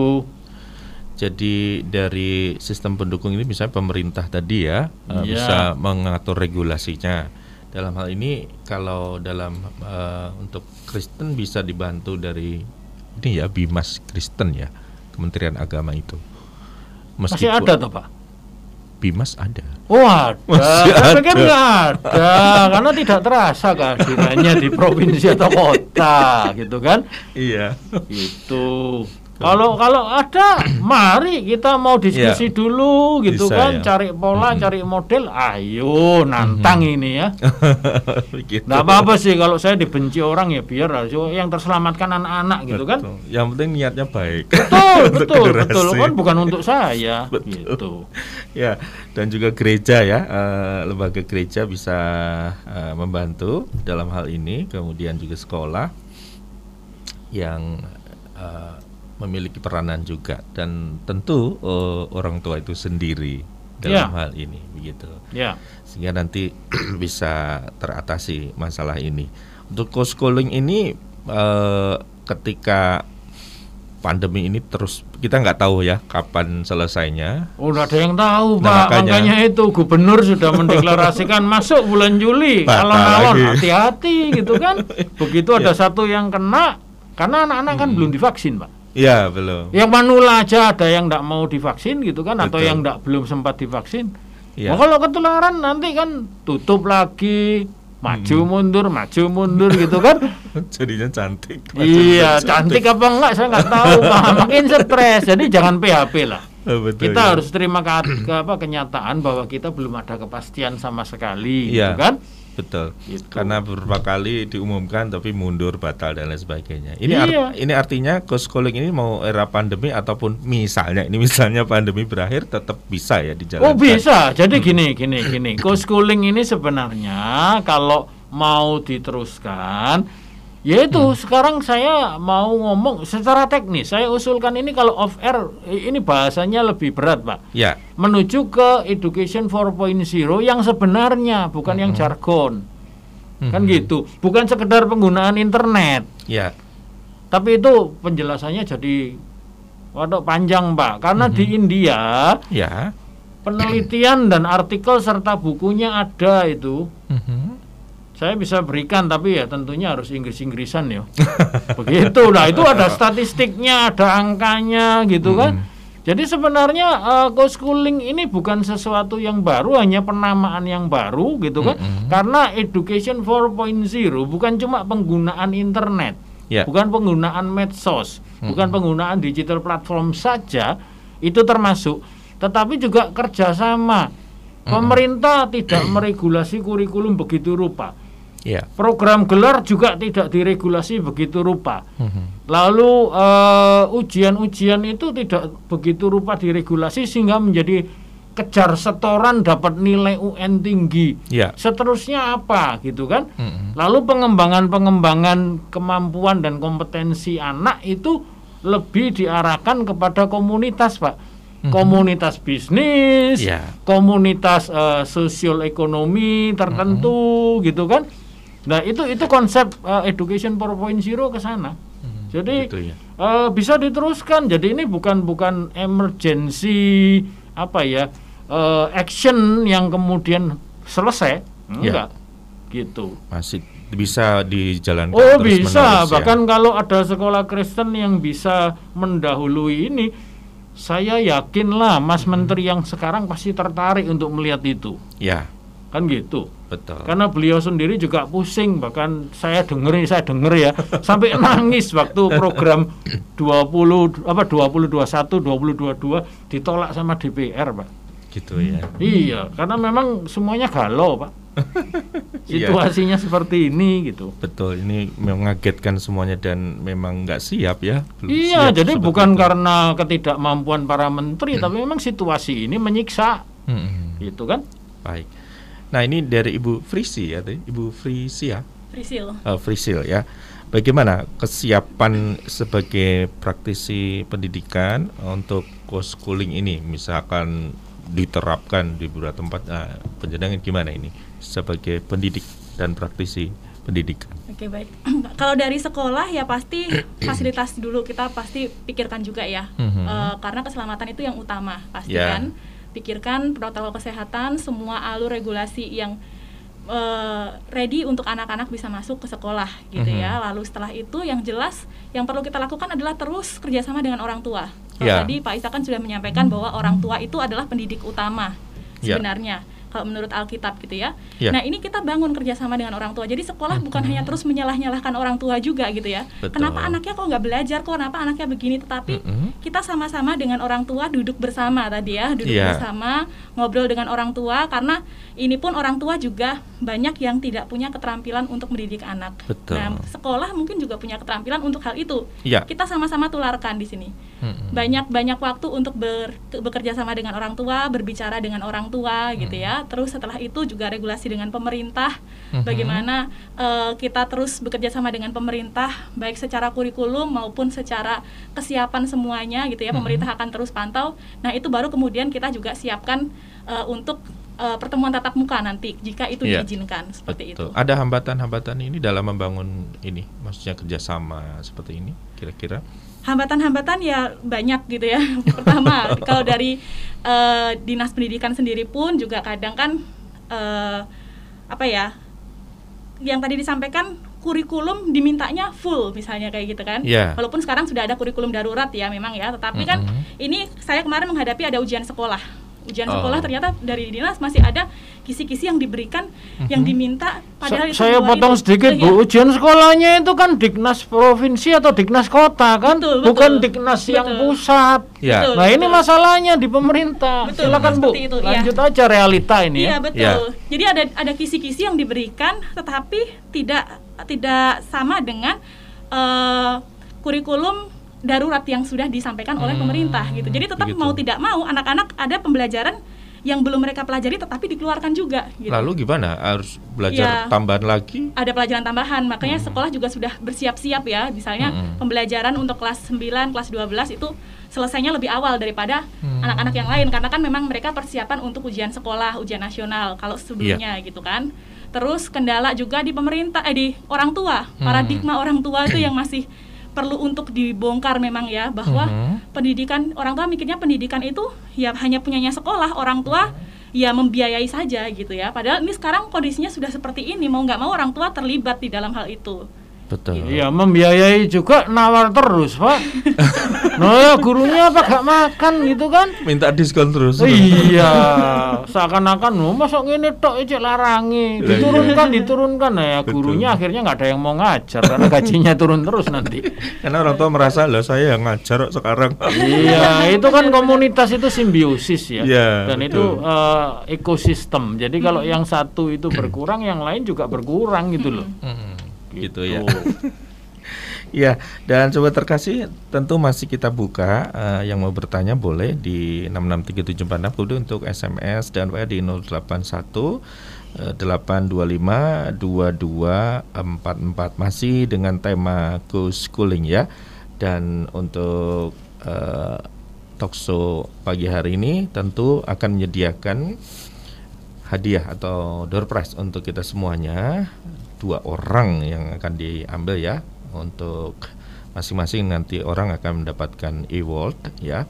[SPEAKER 1] Jadi dari sistem pendukung ini misalnya pemerintah tadi bisa mengatur regulasinya. Dalam hal ini kalau untuk Kristen bisa dibantu dari Bimas Kristen ya, Kementerian Agama itu.
[SPEAKER 2] Masih ada toh Pak?
[SPEAKER 1] Bimas ada.
[SPEAKER 2] Ada. Saya pikir nggak ada, karena tidak terasa kehadirannya di provinsi atau kota gitu kan.
[SPEAKER 1] Iya.
[SPEAKER 2] Itu. Kalau ada, mari kita mau diskusi dulu gitu bisa, kan, cari pola, cari model, ayo nantang ini ya. Nggak apa-apa sih kalau saya dibenci orang ya biar yang terselamatkan anak-anak gitu kan.
[SPEAKER 1] Yang penting niatnya baik.
[SPEAKER 2] Betul kan, bukan untuk saya. Gitu.
[SPEAKER 1] Ya, dan juga gereja ya, lembaga gereja bisa membantu dalam hal ini, kemudian juga sekolah yang memiliki peranan juga, dan tentu orang tua itu sendiri dalam hal ini begitu. Sehingga nanti bisa teratasi masalah ini. Untuk co-schooling ini ketika pandemi ini terus, kita nggak tahu ya kapan selesainya.
[SPEAKER 2] Oh, nggak ada yang tahu, Pak. Makanya itu gubernur sudah mendeklarasikan masuk bulan Juli. Alon-alon hati-hati gitu kan. Begitu ada satu yang kena, karena anak-anak kan belum divaksin, Pak.
[SPEAKER 1] Iya, belum.
[SPEAKER 2] Yang manula aja ada yang nggak mau divaksin gitu kan, atau yang belum sempat divaksin. Nah, kalau ketularan nanti kan tutup lagi, maju mundur gitu kan.
[SPEAKER 1] Jadinya cantik.
[SPEAKER 2] Iya, cantik apa enggak saya nggak tahu, Pak. Makin stres. Jadi jangan PHP lah.
[SPEAKER 1] Betul,
[SPEAKER 2] kita harus terima kenyataan bahwa kita belum ada kepastian sama sekali, gitu kan?
[SPEAKER 1] Betul. Gitu. Karena beberapa kali diumumkan tapi mundur, batal dan lain sebagainya. Ini ini artinya co-schooling ini mau era pandemi ataupun misalnya pandemi berakhir tetap bisa ya dijalankan.
[SPEAKER 2] Oh, bisa. Jadi gini. Co-schooling ini sebenarnya kalau mau diteruskan, yaitu sekarang saya mau ngomong secara teknis. Saya usulkan ini kalau off air ini bahasanya lebih berat, Pak.
[SPEAKER 1] Ya.
[SPEAKER 2] Menuju ke education 4.0 yang sebenarnya, bukan yang jargon. Kan gitu. Bukan sekedar penggunaan internet.
[SPEAKER 1] Ya.
[SPEAKER 2] Tapi itu penjelasannya jadi panjang, Pak. Karena di India, penelitian dan artikel serta bukunya ada itu. Saya bisa berikan, tapi ya tentunya harus Inggris-Inggrisan ya. Begitu. Nah, itu ada statistiknya, ada angkanya gitu kan. Jadi sebenarnya co-schooling ini bukan sesuatu yang baru, hanya penamaan yang baru gitu kan. Karena education 4.0 bukan cuma penggunaan internet, bukan penggunaan medsos, bukan penggunaan digital platform saja, itu termasuk, tetapi juga kerjasama. Pemerintah tidak meregulasi kurikulum begitu rupa. Program gelar juga tidak diregulasi begitu rupa. Lalu ujian-ujian itu tidak begitu rupa diregulasi sehingga menjadi kejar setoran dapat nilai UN tinggi. Seterusnya apa gitu kan? Lalu pengembangan kemampuan dan kompetensi anak itu lebih diarahkan kepada komunitas, Pak. Komunitas bisnis, komunitas sosial ekonomi tertentu gitu kan. Nah, itu konsep education 4.0 ke sana. Jadi bisa diteruskan. Jadi ini bukan emergency action yang kemudian selesai. Enggak. Gitu.
[SPEAKER 1] Masih bisa dijalankan
[SPEAKER 2] terus bisa. Bahkan kalau ada sekolah Kristen yang bisa mendahului ini, saya yakinlah Mas Menteri yang sekarang pasti tertarik untuk melihat itu. Kan gitu.
[SPEAKER 1] Betul.
[SPEAKER 2] Karena beliau sendiri juga pusing, bahkan saya denger ya sampai nangis waktu program 2021 2022 ditolak sama DPR, Pak.
[SPEAKER 1] Gitu ya.
[SPEAKER 2] Iya, karena memang semuanya galau, Pak. Situasinya seperti ini gitu.
[SPEAKER 1] Betul, ini mengagetkan semuanya dan memang nggak siap ya.
[SPEAKER 2] Iya, jadi bukan karena ketidakmampuan para menteri, tapi memang situasi ini menyiksa. Gitu kan?
[SPEAKER 1] Baik. Nah, ini dari Ibu Frisi ya, Ibu Frisia. Frisil ya. Bagaimana kesiapan sebagai praktisi pendidikan untuk co-schooling ini, misalkan diterapkan di beberapa tempat? Penjenengan gimana ini sebagai pendidik dan praktisi pendidikan?
[SPEAKER 3] Oke, baik. Kalau dari sekolah ya pasti fasilitas dulu kita pasti pikirkan juga ya. Karena keselamatan itu yang utama pasti kan. Pikirkan protokol kesehatan, semua alur regulasi yang ready untuk anak-anak bisa masuk ke sekolah gitu ya. Lalu setelah itu yang jelas yang perlu kita lakukan adalah terus kerjasama dengan orang tua. Tadi Pak Isa kan sudah menyampaikan bahwa orang tua itu adalah pendidik utama sebenarnya. Kalau menurut Alkitab gitu ya. Nah, ini kita bangun kerjasama dengan orang tua. Jadi sekolah bukan hanya terus menyalah-nyalahkan orang tua juga gitu ya. Kenapa anaknya kok nggak belajar, kenapa anaknya begini. Tetapi kita sama-sama dengan orang tua duduk bersama tadi ya. Duduk bersama, ngobrol dengan orang tua. Karena ini pun orang tua juga banyak yang tidak punya keterampilan untuk mendidik anak. Nah, sekolah mungkin juga punya keterampilan untuk hal itu. Kita sama-sama tularkan di sini. Banyak waktu untuk bekerja sama dengan orang tua, berbicara dengan orang tua gitu ya. Terus setelah itu juga regulasi dengan pemerintah, bagaimana kita terus bekerja sama dengan pemerintah baik secara kurikulum maupun secara kesiapan semuanya gitu ya. Pemerintah akan terus pantau. Nah, itu baru kemudian kita juga siapkan untuk pertemuan tatap muka nanti jika itu diizinkan seperti itu.
[SPEAKER 1] Ada hambatan-hambatan ini dalam membangun ini, maksudnya kerjasama seperti ini kira-kira?
[SPEAKER 3] Hambatan-hambatan ya banyak gitu ya. Pertama, kalau dari Dinas Pendidikan sendiri pun juga kadang kan yang tadi disampaikan kurikulum dimintanya full misalnya kayak gitu kan. Walaupun sekarang sudah ada kurikulum darurat ya memang ya, tetapi kan ini saya kemarin menghadapi ada ujian sekolah. Ujian sekolah ternyata dari dinas masih ada kisi-kisi yang diberikan yang diminta padahal
[SPEAKER 2] saya potong sedikit Bu, ujian sekolahnya itu kan Diknas provinsi atau Diknas kota kan, bukan Diknas yang pusat. Nah ini masalahnya di pemerintah. Silakan Bu, lanjut aja realita ini ya.
[SPEAKER 3] Betul. Jadi ada kisi-kisi yang diberikan tetapi tidak sama dengan kurikulum darurat yang sudah disampaikan oleh pemerintah gitu. Jadi tetap mau tidak mau anak-anak ada pembelajaran yang belum mereka pelajari tetapi dikeluarkan juga gitu.
[SPEAKER 1] Lalu gimana? Harus belajar tambahan lagi?
[SPEAKER 3] Ada pelajaran tambahan, makanya sekolah juga sudah bersiap-siap ya. Misalnya pembelajaran untuk kelas 9, kelas 12 itu selesainya lebih awal daripada anak-anak yang lain karena kan memang mereka persiapan untuk ujian sekolah, ujian nasional kalau sebelumnya gitu kan. Terus kendala juga di pemerintah di orang tua. Paradigma orang tua itu yang masih perlu untuk dibongkar memang ya, bahwa pendidikan, orang tua mikirnya pendidikan itu ya hanya punyanya sekolah, orang tua ya membiayai saja gitu ya. Padahal ini sekarang kondisinya sudah seperti ini, mau nggak mau orang tua terlibat di dalam hal itu.
[SPEAKER 1] Betul.
[SPEAKER 2] Iya, membiayai juga nawar terus, Pak. Nah, ya gurunya apa gak makan gitu kan?
[SPEAKER 1] Minta diskon terus.
[SPEAKER 2] Iya, seakan-akan masuk ngene tok cek larangi. Diturunkan. Nah, ya gurunya akhirnya nggak ada yang mau ngajar karena gajinya turun terus nanti.
[SPEAKER 1] Karena orang tua merasa loh saya yang ngajar kok sekarang.
[SPEAKER 2] Iya, itu kan komunitas itu simbiosis ya. Dan
[SPEAKER 1] betul.
[SPEAKER 2] itu ekosistem. Jadi kalau yang satu itu berkurang, yang lain juga berkurang gitu loh.
[SPEAKER 1] Gitu ya. Ya, dan sobat terkasih tentu masih kita buka yang mau bertanya boleh di 6637460 untuk SMS dan WA di 081 825 2244 masih dengan tema co-schooling ya. Dan untuk talkshow pagi hari ini tentu akan menyediakan hadiah atau door prize untuk kita semuanya. 2 orang yang akan diambil ya, untuk masing-masing nanti orang akan mendapatkan e-wallet ya,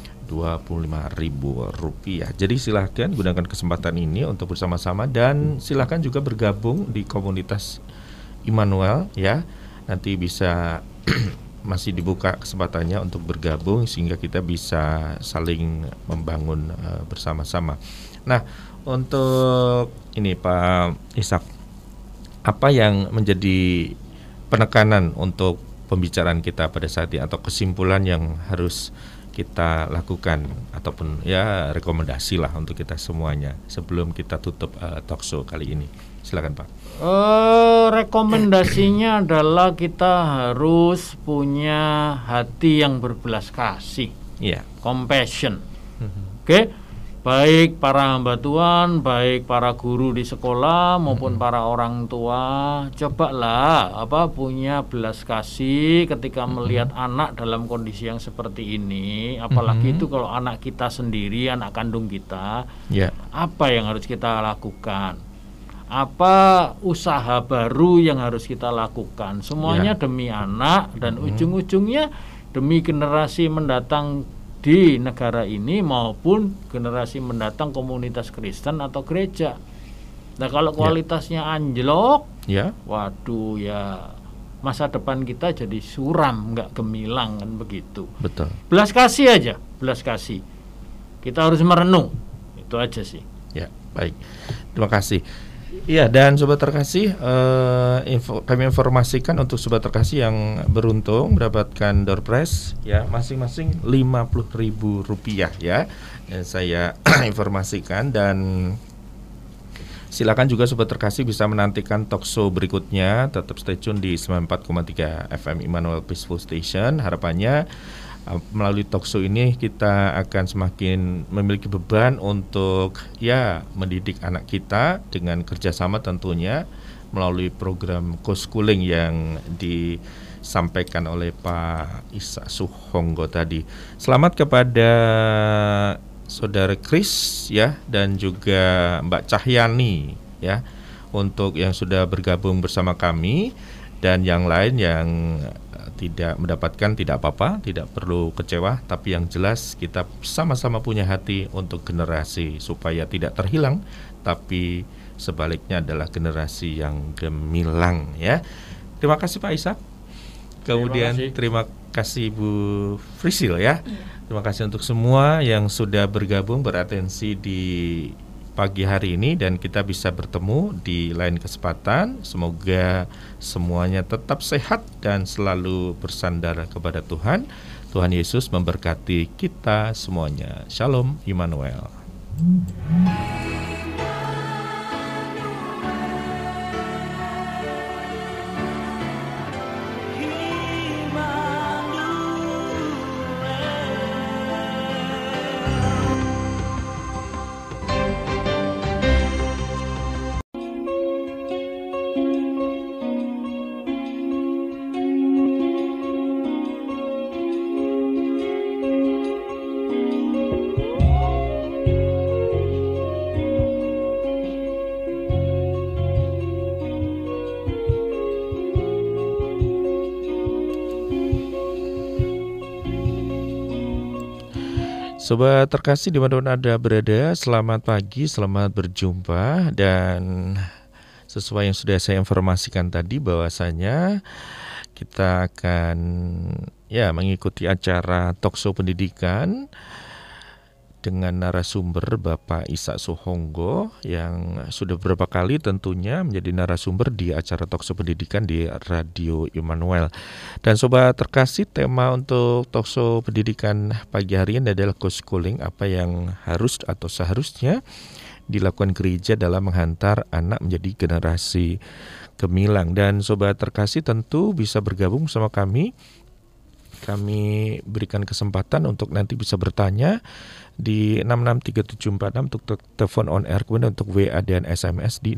[SPEAKER 1] Rp25.000. Jadi silahkan gunakan kesempatan ini untuk bersama-sama dan silahkan juga bergabung di komunitas Immanuel ya. Nanti bisa masih dibuka kesempatannya untuk bergabung sehingga kita bisa saling membangun bersama-sama. Nah, untuk ini Pak Ishak, apa yang menjadi penekanan untuk pembicaraan kita pada saat ini atau kesimpulan yang harus kita lakukan ataupun ya rekomendasi lah untuk kita semuanya sebelum kita tutup talkshow kali ini? Silakan Pak.
[SPEAKER 2] Rekomendasinya adalah kita harus punya hati yang berbelas kasih, compassion. Oke. Baik para hamba Tuhan, baik para guru di sekolah maupun para orang tua, cobalah punya belas kasih ketika melihat anak dalam kondisi yang seperti ini. Apalagi itu kalau anak kita sendiri, anak kandung kita. Apa yang harus kita lakukan? Apa usaha baru yang harus kita lakukan? Semuanya demi anak dan ujung-ujungnya demi generasi mendatang di negara ini maupun generasi mendatang komunitas Kristen atau gereja. Nah kalau kualitasnya anjlok, waduh ya masa depan kita jadi suram, nggak gemilang kan begitu.
[SPEAKER 1] Betul.
[SPEAKER 2] Belas kasih aja, belas kasih. Kita harus merenung, itu aja sih.
[SPEAKER 1] Ya baik, terima kasih. Iya, dan sobat terkasih, kami informasikan untuk sobat terkasih yang beruntung mendapatkan door prize ya, masing-masing Rp50.000 ya. Saya informasikan, dan silakan juga sobat terkasih bisa menantikan talkshow berikutnya. Tetap stay tune di 94,3 FM Immanuel Peaceful Station. Harapannya melalui talkshow ini kita akan semakin memiliki beban untuk mendidik anak kita dengan kerjasama tentunya melalui program co-schooling yang disampaikan oleh Pak Ishak Suhonggo tadi. Selamat kepada Saudara Kris ya, dan juga Mbak Cahyani ya, untuk yang sudah bergabung bersama kami. Dan yang lain yang tidak mendapatkan tidak apa-apa, tidak perlu kecewa, tapi yang jelas kita sama-sama punya hati untuk generasi supaya tidak terhilang, tapi sebaliknya adalah generasi yang gemilang ya. Terima kasih Pak Ishak. Kemudian terima kasih Bu Frisil ya. Terima kasih untuk semua yang sudah bergabung beratensi di pagi hari ini, dan kita bisa bertemu di lain kesempatan. Semoga semuanya tetap sehat dan selalu bersandar kepada Tuhan. Tuhan Yesus memberkati kita semuanya. Shalom Immanuel. Sobat terkasih dimanapun Anda berada, selamat pagi, selamat berjumpa. Dan sesuai yang sudah saya informasikan tadi, bahwasanya kita akan mengikuti acara Talkshow Pendidikan dengan narasumber Bapak Ishak Suhonggo yang sudah beberapa kali tentunya menjadi narasumber di acara Talkshow Pendidikan di Radio Immanuel. Dan sobat terkasih, tema untuk Talkshow Pendidikan pagi hari ini adalah co-schooling, apa yang harus atau seharusnya dilakukan gereja dalam menghantar anak menjadi generasi gemilang. Dan sobat terkasih tentu bisa bergabung sama kami. Kami berikan kesempatan untuk nanti bisa bertanya di 663746 untuk telepon on air, kemudian untuk WA dan SMS di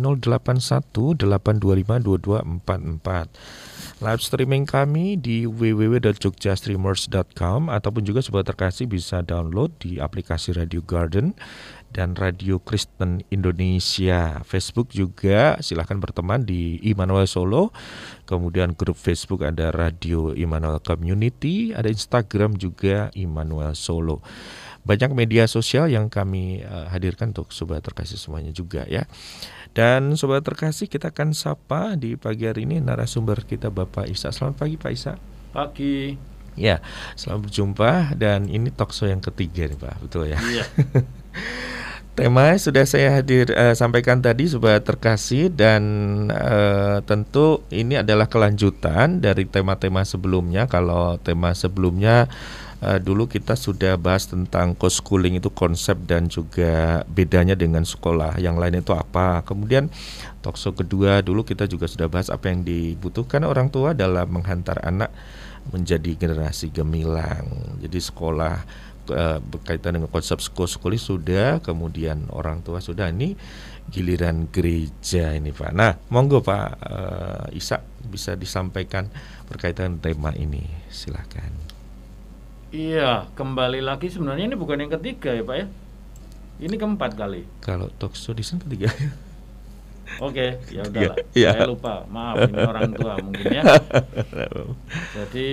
[SPEAKER 1] 0818222244. Live streaming kami di www.jogjastreamers.com, ataupun juga sobat terkasih bisa download di aplikasi Radio Garden dan Radio Kristen Indonesia. Facebook juga silahkan berteman di Immanuel Solo. Kemudian grup Facebook ada Radio Immanuel Community, ada Instagram juga Immanuel Solo. Banyak media sosial yang kami hadirkan untuk sobat terkasih semuanya juga ya. Dan sobat terkasih, kita akan sapa di pagi hari ini narasumber kita Bapak Ishak. Selamat pagi Pak Ishak.
[SPEAKER 2] Pagi.
[SPEAKER 1] Ya, selamat berjumpa, dan ini talkshow yang ketiga nih Pak, betul ya? Iya. Tema sudah saya sampaikan tadi sobat terkasih, dan tentu ini adalah kelanjutan dari tema-tema sebelumnya. Kalau tema sebelumnya dulu kita sudah bahas tentang co-schooling, itu konsep dan juga bedanya dengan sekolah yang lain itu apa. Kemudian talkshow kedua dulu kita juga sudah bahas apa yang dibutuhkan orang tua dalam menghantar anak menjadi generasi gemilang. Jadi sekolah berkaitan dengan konsep co-schooling sudah, kemudian orang tua sudah, ini giliran gereja ini Pak. Nah, monggo Pak Ishak bisa disampaikan berkaitan tema ini, silakan.
[SPEAKER 2] Iya, kembali lagi sebenarnya ini bukan yang ketiga ya Pak ya. Ini keempat kali.
[SPEAKER 1] Kalau talkshow di sini ketiga.
[SPEAKER 2] Oke, ya udahlah. Saya lupa. Maaf, ini orang tua mungkin ya. Jadi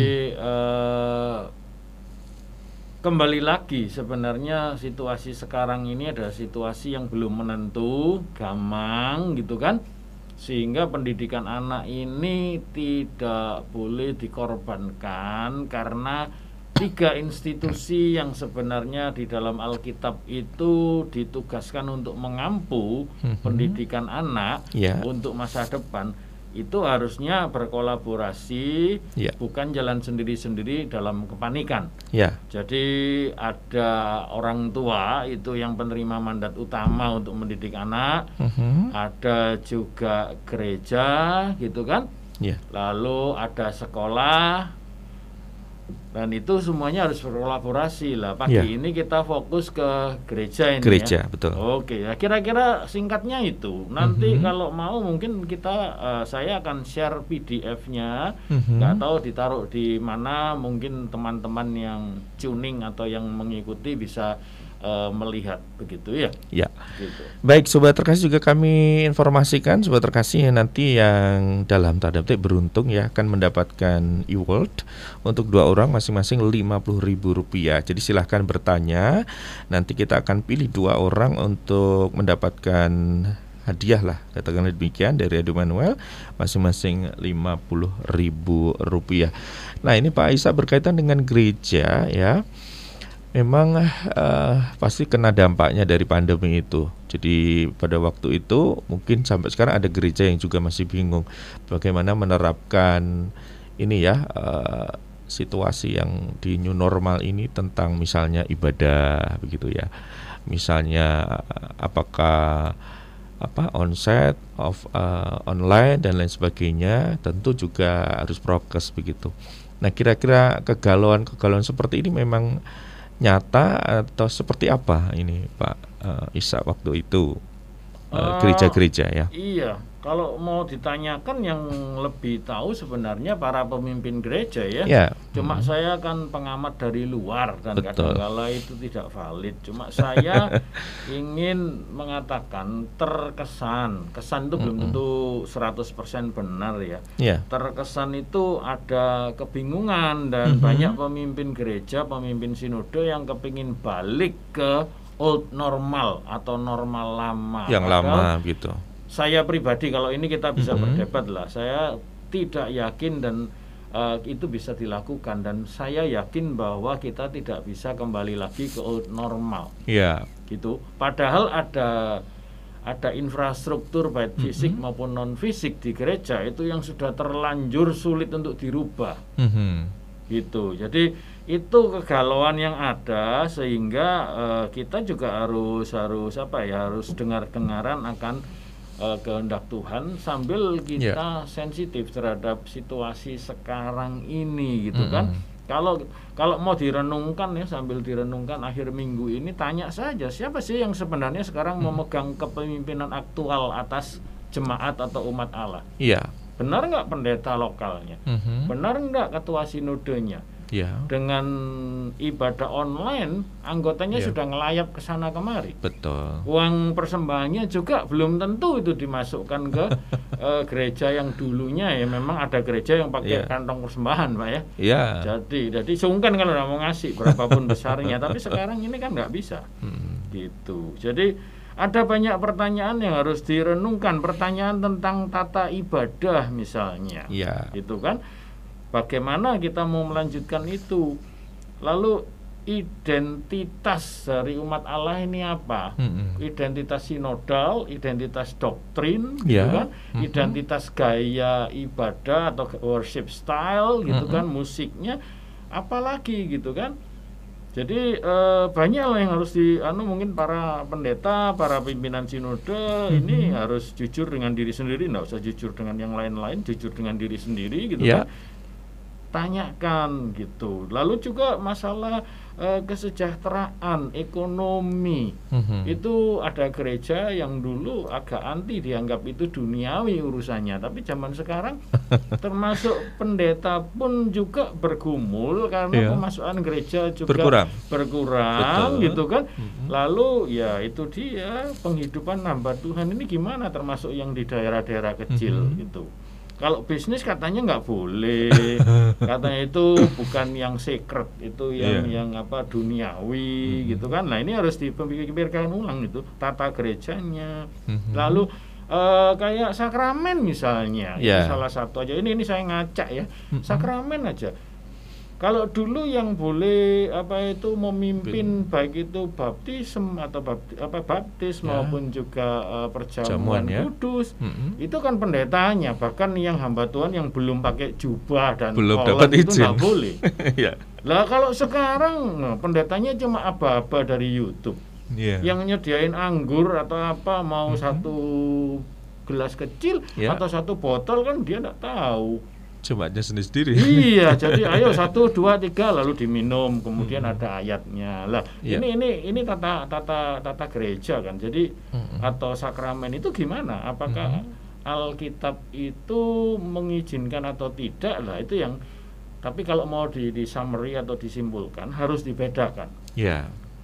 [SPEAKER 2] kembali lagi, sebenarnya situasi sekarang ini adalah situasi yang belum menentu, gamang gitu kan. Sehingga pendidikan anak ini tidak boleh dikorbankan karena 3 institusi yang sebenarnya di dalam Alkitab itu ditugaskan untuk mengampu pendidikan anak untuk masa depan, itu harusnya berkolaborasi, bukan jalan sendiri-sendiri dalam kepanikan. Jadi ada orang tua itu yang penerima mandat utama untuk mendidik anak, ada juga gereja gitu kan, lalu ada sekolah. Dan itu semuanya harus berkolaborasi lah. Pagi ini kita fokus ke gereja ini.
[SPEAKER 1] Gereja, betul.
[SPEAKER 2] Oke, ya kira-kira singkatnya itu. Nanti kalau mau mungkin saya akan share PDF-nya. Nggak tahu ditaruh di mana. Mungkin teman-teman yang tuning atau yang mengikuti bisa melihat begitu ya.
[SPEAKER 1] Ya.
[SPEAKER 2] Gitu.
[SPEAKER 1] Baik, sobat terkasih, juga kami informasikan sobat terkasih nanti yang dalam tanda petik beruntung ya akan mendapatkan e-world untuk 2 orang masing-masing Rp50.000. Jadi silahkan bertanya. Nanti kita akan pilih 2 orang untuk mendapatkan hadiah lah, katakanlah demikian, dari Edu Manuel, masing-masing Rp50.000. Nah, ini Pak Isa berkaitan dengan gereja ya. Memang pasti kena dampaknya dari pandemi itu. Jadi pada waktu itu mungkin sampai sekarang ada gereja yang juga masih bingung bagaimana menerapkan ini ya, situasi yang di new normal ini tentang misalnya ibadah begitu ya. Misalnya apakah onsite, online dan lain sebagainya, tentu juga harus prokes begitu. Nah, kira-kira kegalauan seperti ini memang nyata atau seperti apa ini Pak Isa waktu itu gereja-gereja ya?
[SPEAKER 2] Iya, kalau mau ditanyakan yang lebih tahu sebenarnya para pemimpin gereja ya. Cuma saya kan pengamat dari luar dan kadang-kala itu tidak valid. Cuma saya ingin mengatakan kesan itu belum tentu 100% benar ya. Terkesan itu ada kebingungan dan banyak pemimpin gereja, pemimpin sinode yang kepingin balik ke old normal atau normal lama.
[SPEAKER 1] Yang lama gitu.
[SPEAKER 2] Saya pribadi, kalau ini kita bisa berdebat lah, saya tidak yakin dan itu bisa dilakukan, dan saya yakin bahwa kita tidak bisa kembali lagi ke old normal. Gitu. Padahal ada infrastruktur baik fisik maupun non fisik di gereja itu yang sudah terlanjur sulit untuk dirubah. Gitu. Jadi itu kegalauan yang ada sehingga kita juga harus dengar-dengaran akan kehendak Tuhan sambil kita sensitif terhadap situasi sekarang ini gitu kan. Kalau mau direnungkan ya, sambil direnungkan akhir minggu ini, tanya saja siapa sih yang sebenarnya sekarang memegang kepemimpinan aktual atas jemaat atau umat Allah. Benar nggak pendeta lokalnya? Benar nggak ketua sinodenya? Dengan ibadah online, anggotanya sudah ngelayap ke sana kemari.
[SPEAKER 1] Betul.
[SPEAKER 2] Uang persembahannya juga belum tentu itu dimasukkan ke gereja yang dulunya ya. Memang ada gereja yang pakai kantong persembahan, Pak ya. Jadi sungkan kalau mau ngasih berapapun besarnya. Tapi sekarang ini kan nggak bisa. Gitu. Jadi ada banyak pertanyaan yang harus direnungkan. Pertanyaan tentang tata ibadah misalnya. Gitu kan. Bagaimana kita mau melanjutkan itu? Lalu identitas dari umat Allah ini apa? Identitas sinodal, identitas doktrin, gitu kan? Identitas gaya ibadah atau worship style, gitu kan? Musiknya, apalagi gitu kan? Jadi banyak lah yang harus mungkin para pendeta, para pimpinan sinode ini harus jujur dengan diri sendiri, nggak usah jujur dengan yang lain-lain, jujur dengan diri sendiri, gitu kan? Tanyakan gitu. Lalu juga masalah kesejahteraan ekonomi. Itu ada gereja yang dulu agak anti, dianggap itu duniawi urusannya, tapi zaman sekarang termasuk pendeta pun juga bergumul karena pemasukan gereja juga berkurang gitu kan. Lalu ya itu dia penghidupan hamba Tuhan ini gimana, termasuk yang di daerah-daerah kecil gitu. Kalau bisnis katanya nggak boleh, katanya itu bukan yang secret, itu yang duniawi gitu kan. Nah ini harus dipikirkan ulang itu tata gerejanya. Lalu kayak sakramen misalnya, ini salah satu aja. Ini saya ngacak ya, sakramen aja. Kalau dulu yang boleh memimpin baik itu baptisme atau baptis maupun juga perjamuan kudus, itu kan pendetanya, bahkan yang hamba Tuhan yang belum pakai jubah dan kolor itu nggak boleh. Lah kalau sekarang pendetanya cuma aba-aba dari YouTube, yang nyediain anggur atau apa mau satu gelas kecil atau satu botol kan dia nggak tahu.
[SPEAKER 1] Cumanya sendiri.
[SPEAKER 2] Iya, jadi ayo 1, 2, 3 lalu diminum, kemudian ada ayatnya. Lah, ini tata gereja kan. Jadi atau sakramen itu gimana? Apakah Alkitab itu mengizinkan atau tidak? Lah itu yang, tapi kalau mau di summary atau disimpulkan harus dibedakan.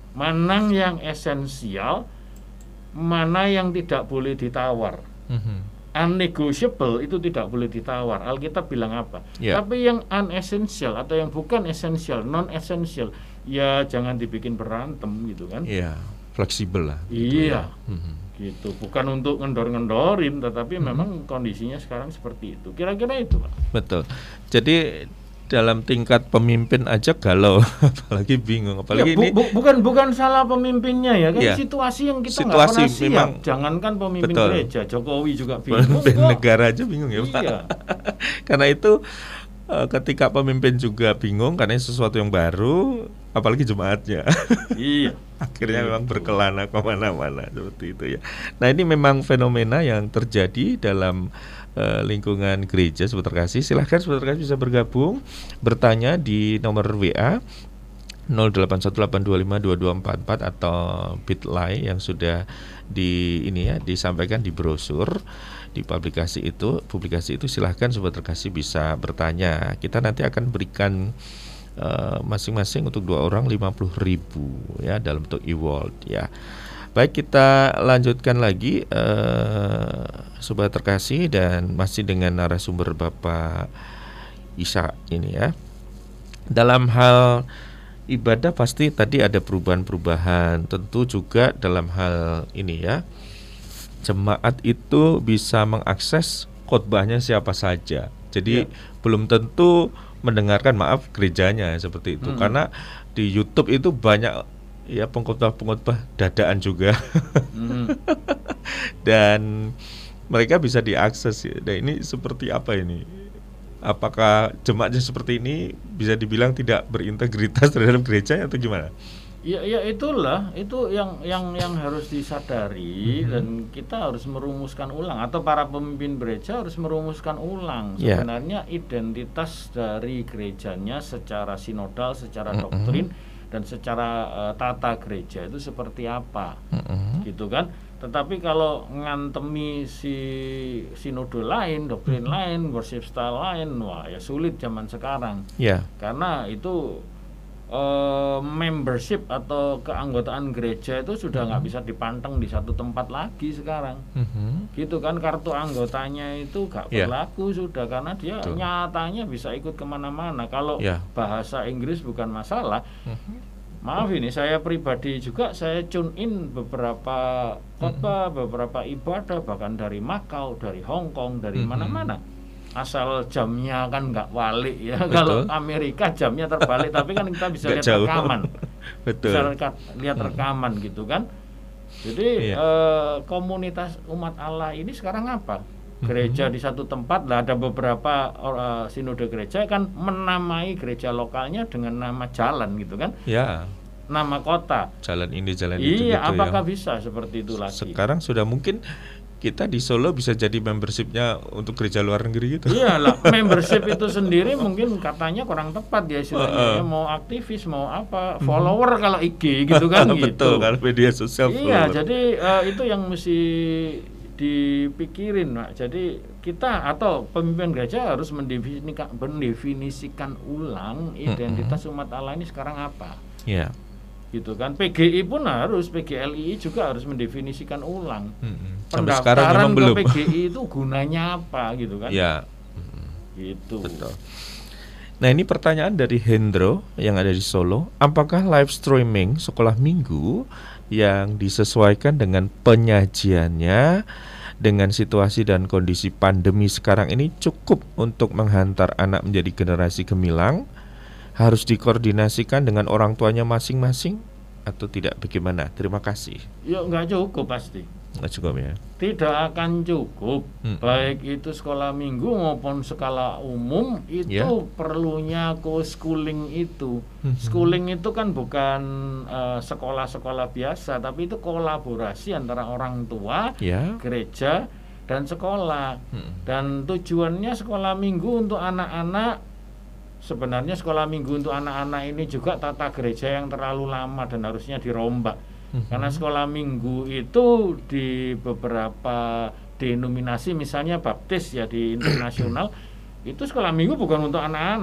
[SPEAKER 2] mana yang esensial, mana yang tidak boleh ditawar. Unnegotiable itu tidak boleh ditawar. Alkitab bilang apa? Tapi yang unessential atau yang bukan esensial, non esensial, ya jangan dibikin berantem gitu kan?
[SPEAKER 1] Iya, fleksibel lah.
[SPEAKER 2] Iya, gitu. Bukan untuk ngendor-ngendorin, tetapi memang kondisinya sekarang seperti itu. Kira-kira itu, Pak.
[SPEAKER 1] Betul. Jadi dalam tingkat pemimpin aja galau, apalagi bingung, apalagi
[SPEAKER 2] ini bukan salah pemimpinnya ya kan, situasi yang kita nggak pernah siap. Memang, jangankan pemimpin gereja, Jokowi juga bingung,
[SPEAKER 1] pemimpin negara aja bingung ya Pak. Karena itu ketika pemimpin juga bingung karena sesuatu yang baru, apalagi jemaatnya. Akhirnya memang berkelana kemana-mana seperti itu ya. Nah ini memang fenomena yang terjadi dalam lingkungan gereja. Sobat Terkasih, silahkan Sobat Terkasih bisa bergabung, bertanya di nomor WA 0818252244 atau Bitly yang sudah disampaikan di brosur, di publikasi itu silahkan Sobat Terkasih bisa bertanya. Kita nanti akan berikan masing-masing untuk 2 orang 50.000 ya dalam bentuk e-wallet ya. Baik, kita lanjutkan lagi Sobat Terkasih, dan masih dengan narasumber Bapak Ishak ini ya. Dalam hal ibadah pasti tadi ada perubahan-perubahan, tentu juga dalam hal ini ya. Jemaat itu bisa mengakses khotbahnya siapa saja. Jadi belum tentu mendengarkan gerejanya seperti itu. Karena di YouTube itu banyak ya pengkhotbah dadaan juga. Dan mereka bisa diakses ya. Dan ini seperti apa ini? Apakah jemaatnya seperti ini bisa dibilang tidak berintegritas terhadap gereja atau gimana?
[SPEAKER 2] Ya itulah, itu yang harus disadari, dan kita harus merumuskan ulang, atau para pemimpin gereja harus merumuskan ulang sebenarnya identitas dari gerejanya secara sinodal, secara doktrin dan secara tata gereja itu seperti apa, gitu kan. Tetapi kalau ngantemi si sinode lain, doktrin lain, worship style lain, wah ya sulit zaman sekarang. Karena itu membership atau keanggotaan gereja itu sudah nggak bisa dipanteng di satu tempat lagi sekarang. Gitu kan, kartu anggotanya itu nggak berlaku sudah, karena dia nyatanya bisa ikut kemana-mana. Kalau bahasa Inggris bukan masalah. Maaf ini saya pribadi juga, saya tune in beberapa khotbah, beberapa ibadah, bahkan dari Makau, dari Hong Kong, dari mana-mana. Asal jamnya kan nggak balik ya. Kalau Amerika jamnya terbalik, tapi kan kita bisa lihat rekaman. Bisa lihat rekaman gitu kan. Jadi komunitas umat Allah ini sekarang apa? Gereja di satu tempat lah, ada beberapa sinode gereja kan menamai gereja lokalnya dengan nama jalan gitu kan. Nama kota.
[SPEAKER 1] Jalan ini, jalan itu.
[SPEAKER 2] Iya, apakah bisa seperti itu lagi?
[SPEAKER 1] Sekarang sudah mungkin kita di Solo bisa jadi membershipnya untuk gereja luar negeri gitu.
[SPEAKER 2] Iya lah, membership itu sendiri mungkin katanya kurang tepat ya istilahnya. Mau aktivis, mau apa, follower kalau IG gitu kan.
[SPEAKER 1] Betul, kalau media sosial.
[SPEAKER 2] Iya, jadi itu yang mesti dipikirin, Pak. Jadi kita atau pemimpin gereja harus mendefinisikan ulang identitas umat Allah ini sekarang apa. Gitu kan. PGI pun harus, PGLI juga harus mendefinisikan ulang. Pendaftaran ke PGI itu gunanya apa gitu kan. Gitu.
[SPEAKER 1] Betul. Nah ini pertanyaan dari Hendro yang ada di Solo. Apakah live streaming sekolah minggu yang disesuaikan dengan penyajiannya dengan situasi dan kondisi pandemi sekarang ini cukup untuk menghantar anak menjadi generasi gemilang? Harus dikoordinasikan dengan orang tuanya masing-masing atau tidak, bagaimana? Terima kasih.
[SPEAKER 2] Ya nggak cukup pasti.
[SPEAKER 1] Nggak cukup ya.
[SPEAKER 2] Tidak akan cukup. Baik itu sekolah minggu maupun skala umum itu perlunya co-schooling itu. Schooling itu kan bukan sekolah-sekolah biasa, tapi itu kolaborasi antara orang tua, gereja dan sekolah. Dan tujuannya sekolah minggu untuk anak-anak. Sebenarnya sekolah minggu untuk anak-anak ini juga tata gereja yang terlalu lama dan harusnya dirombak. Karena sekolah minggu itu di beberapa denominasi, misalnya baptis ya di internasional, itu sekolah minggu bukan untuk anak-anak.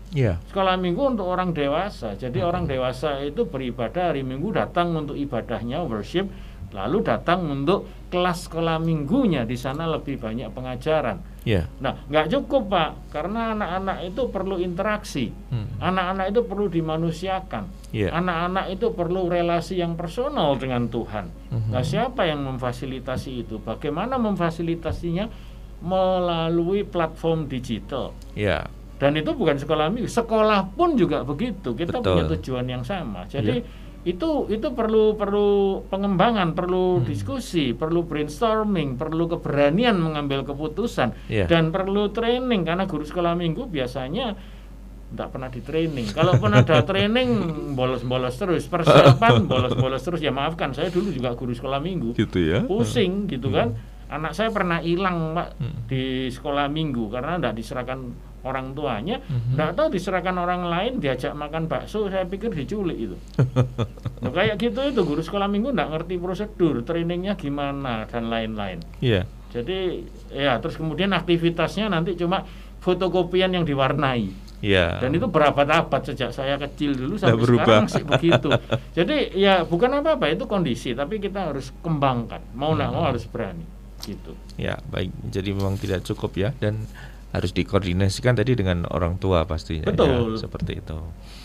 [SPEAKER 2] Sekolah minggu untuk orang dewasa. Jadi orang dewasa itu beribadah hari Minggu, datang untuk ibadahnya, worship, lalu datang untuk kelas sekolah minggunya. Di sana lebih banyak pengajaran. Nah, nggak cukup Pak, karena anak-anak itu perlu interaksi. Anak-anak itu perlu dimanusiakan. Anak-anak itu perlu relasi yang personal dengan Tuhan. Nah, siapa yang memfasilitasi itu? Bagaimana memfasilitasinya? Melalui platform digital. Dan itu bukan sekolah minggu, sekolah pun juga begitu. Kita punya tujuan yang sama. Jadi itu perlu pengembangan, perlu diskusi, perlu brainstorming, perlu keberanian mengambil keputusan, dan perlu training, karena guru sekolah minggu biasanya tidak pernah di training. Kalau pun ada training bolos-bolos terus, persiapan bolos-bolos terus. Ya maafkan, saya dulu juga guru sekolah minggu, pusing gitu kan. Anak saya pernah hilang Pak di sekolah minggu karena tidak diserahkan orang tuanya, tidak tahu diserahkan orang lain, diajak makan bakso, saya pikir diculik itu. Nah, kayak gitu itu guru sekolah minggu tidak ngerti prosedur, trainingnya gimana dan lain-lain. Jadi ya terus kemudian aktivitasnya nanti cuma fotokopian yang diwarnai. Dan itu berabad-abad sejak saya kecil dulu sampai sekarang masih begitu. Jadi ya bukan apa-apa, itu kondisi, tapi kita harus kembangkan, mau nggak mau harus berani. Gitu.
[SPEAKER 1] Baik. Jadi memang tidak cukup ya, dan harus dikoordinasikan tadi dengan orang tua pastinya.
[SPEAKER 2] Betul.
[SPEAKER 1] Seperti itu.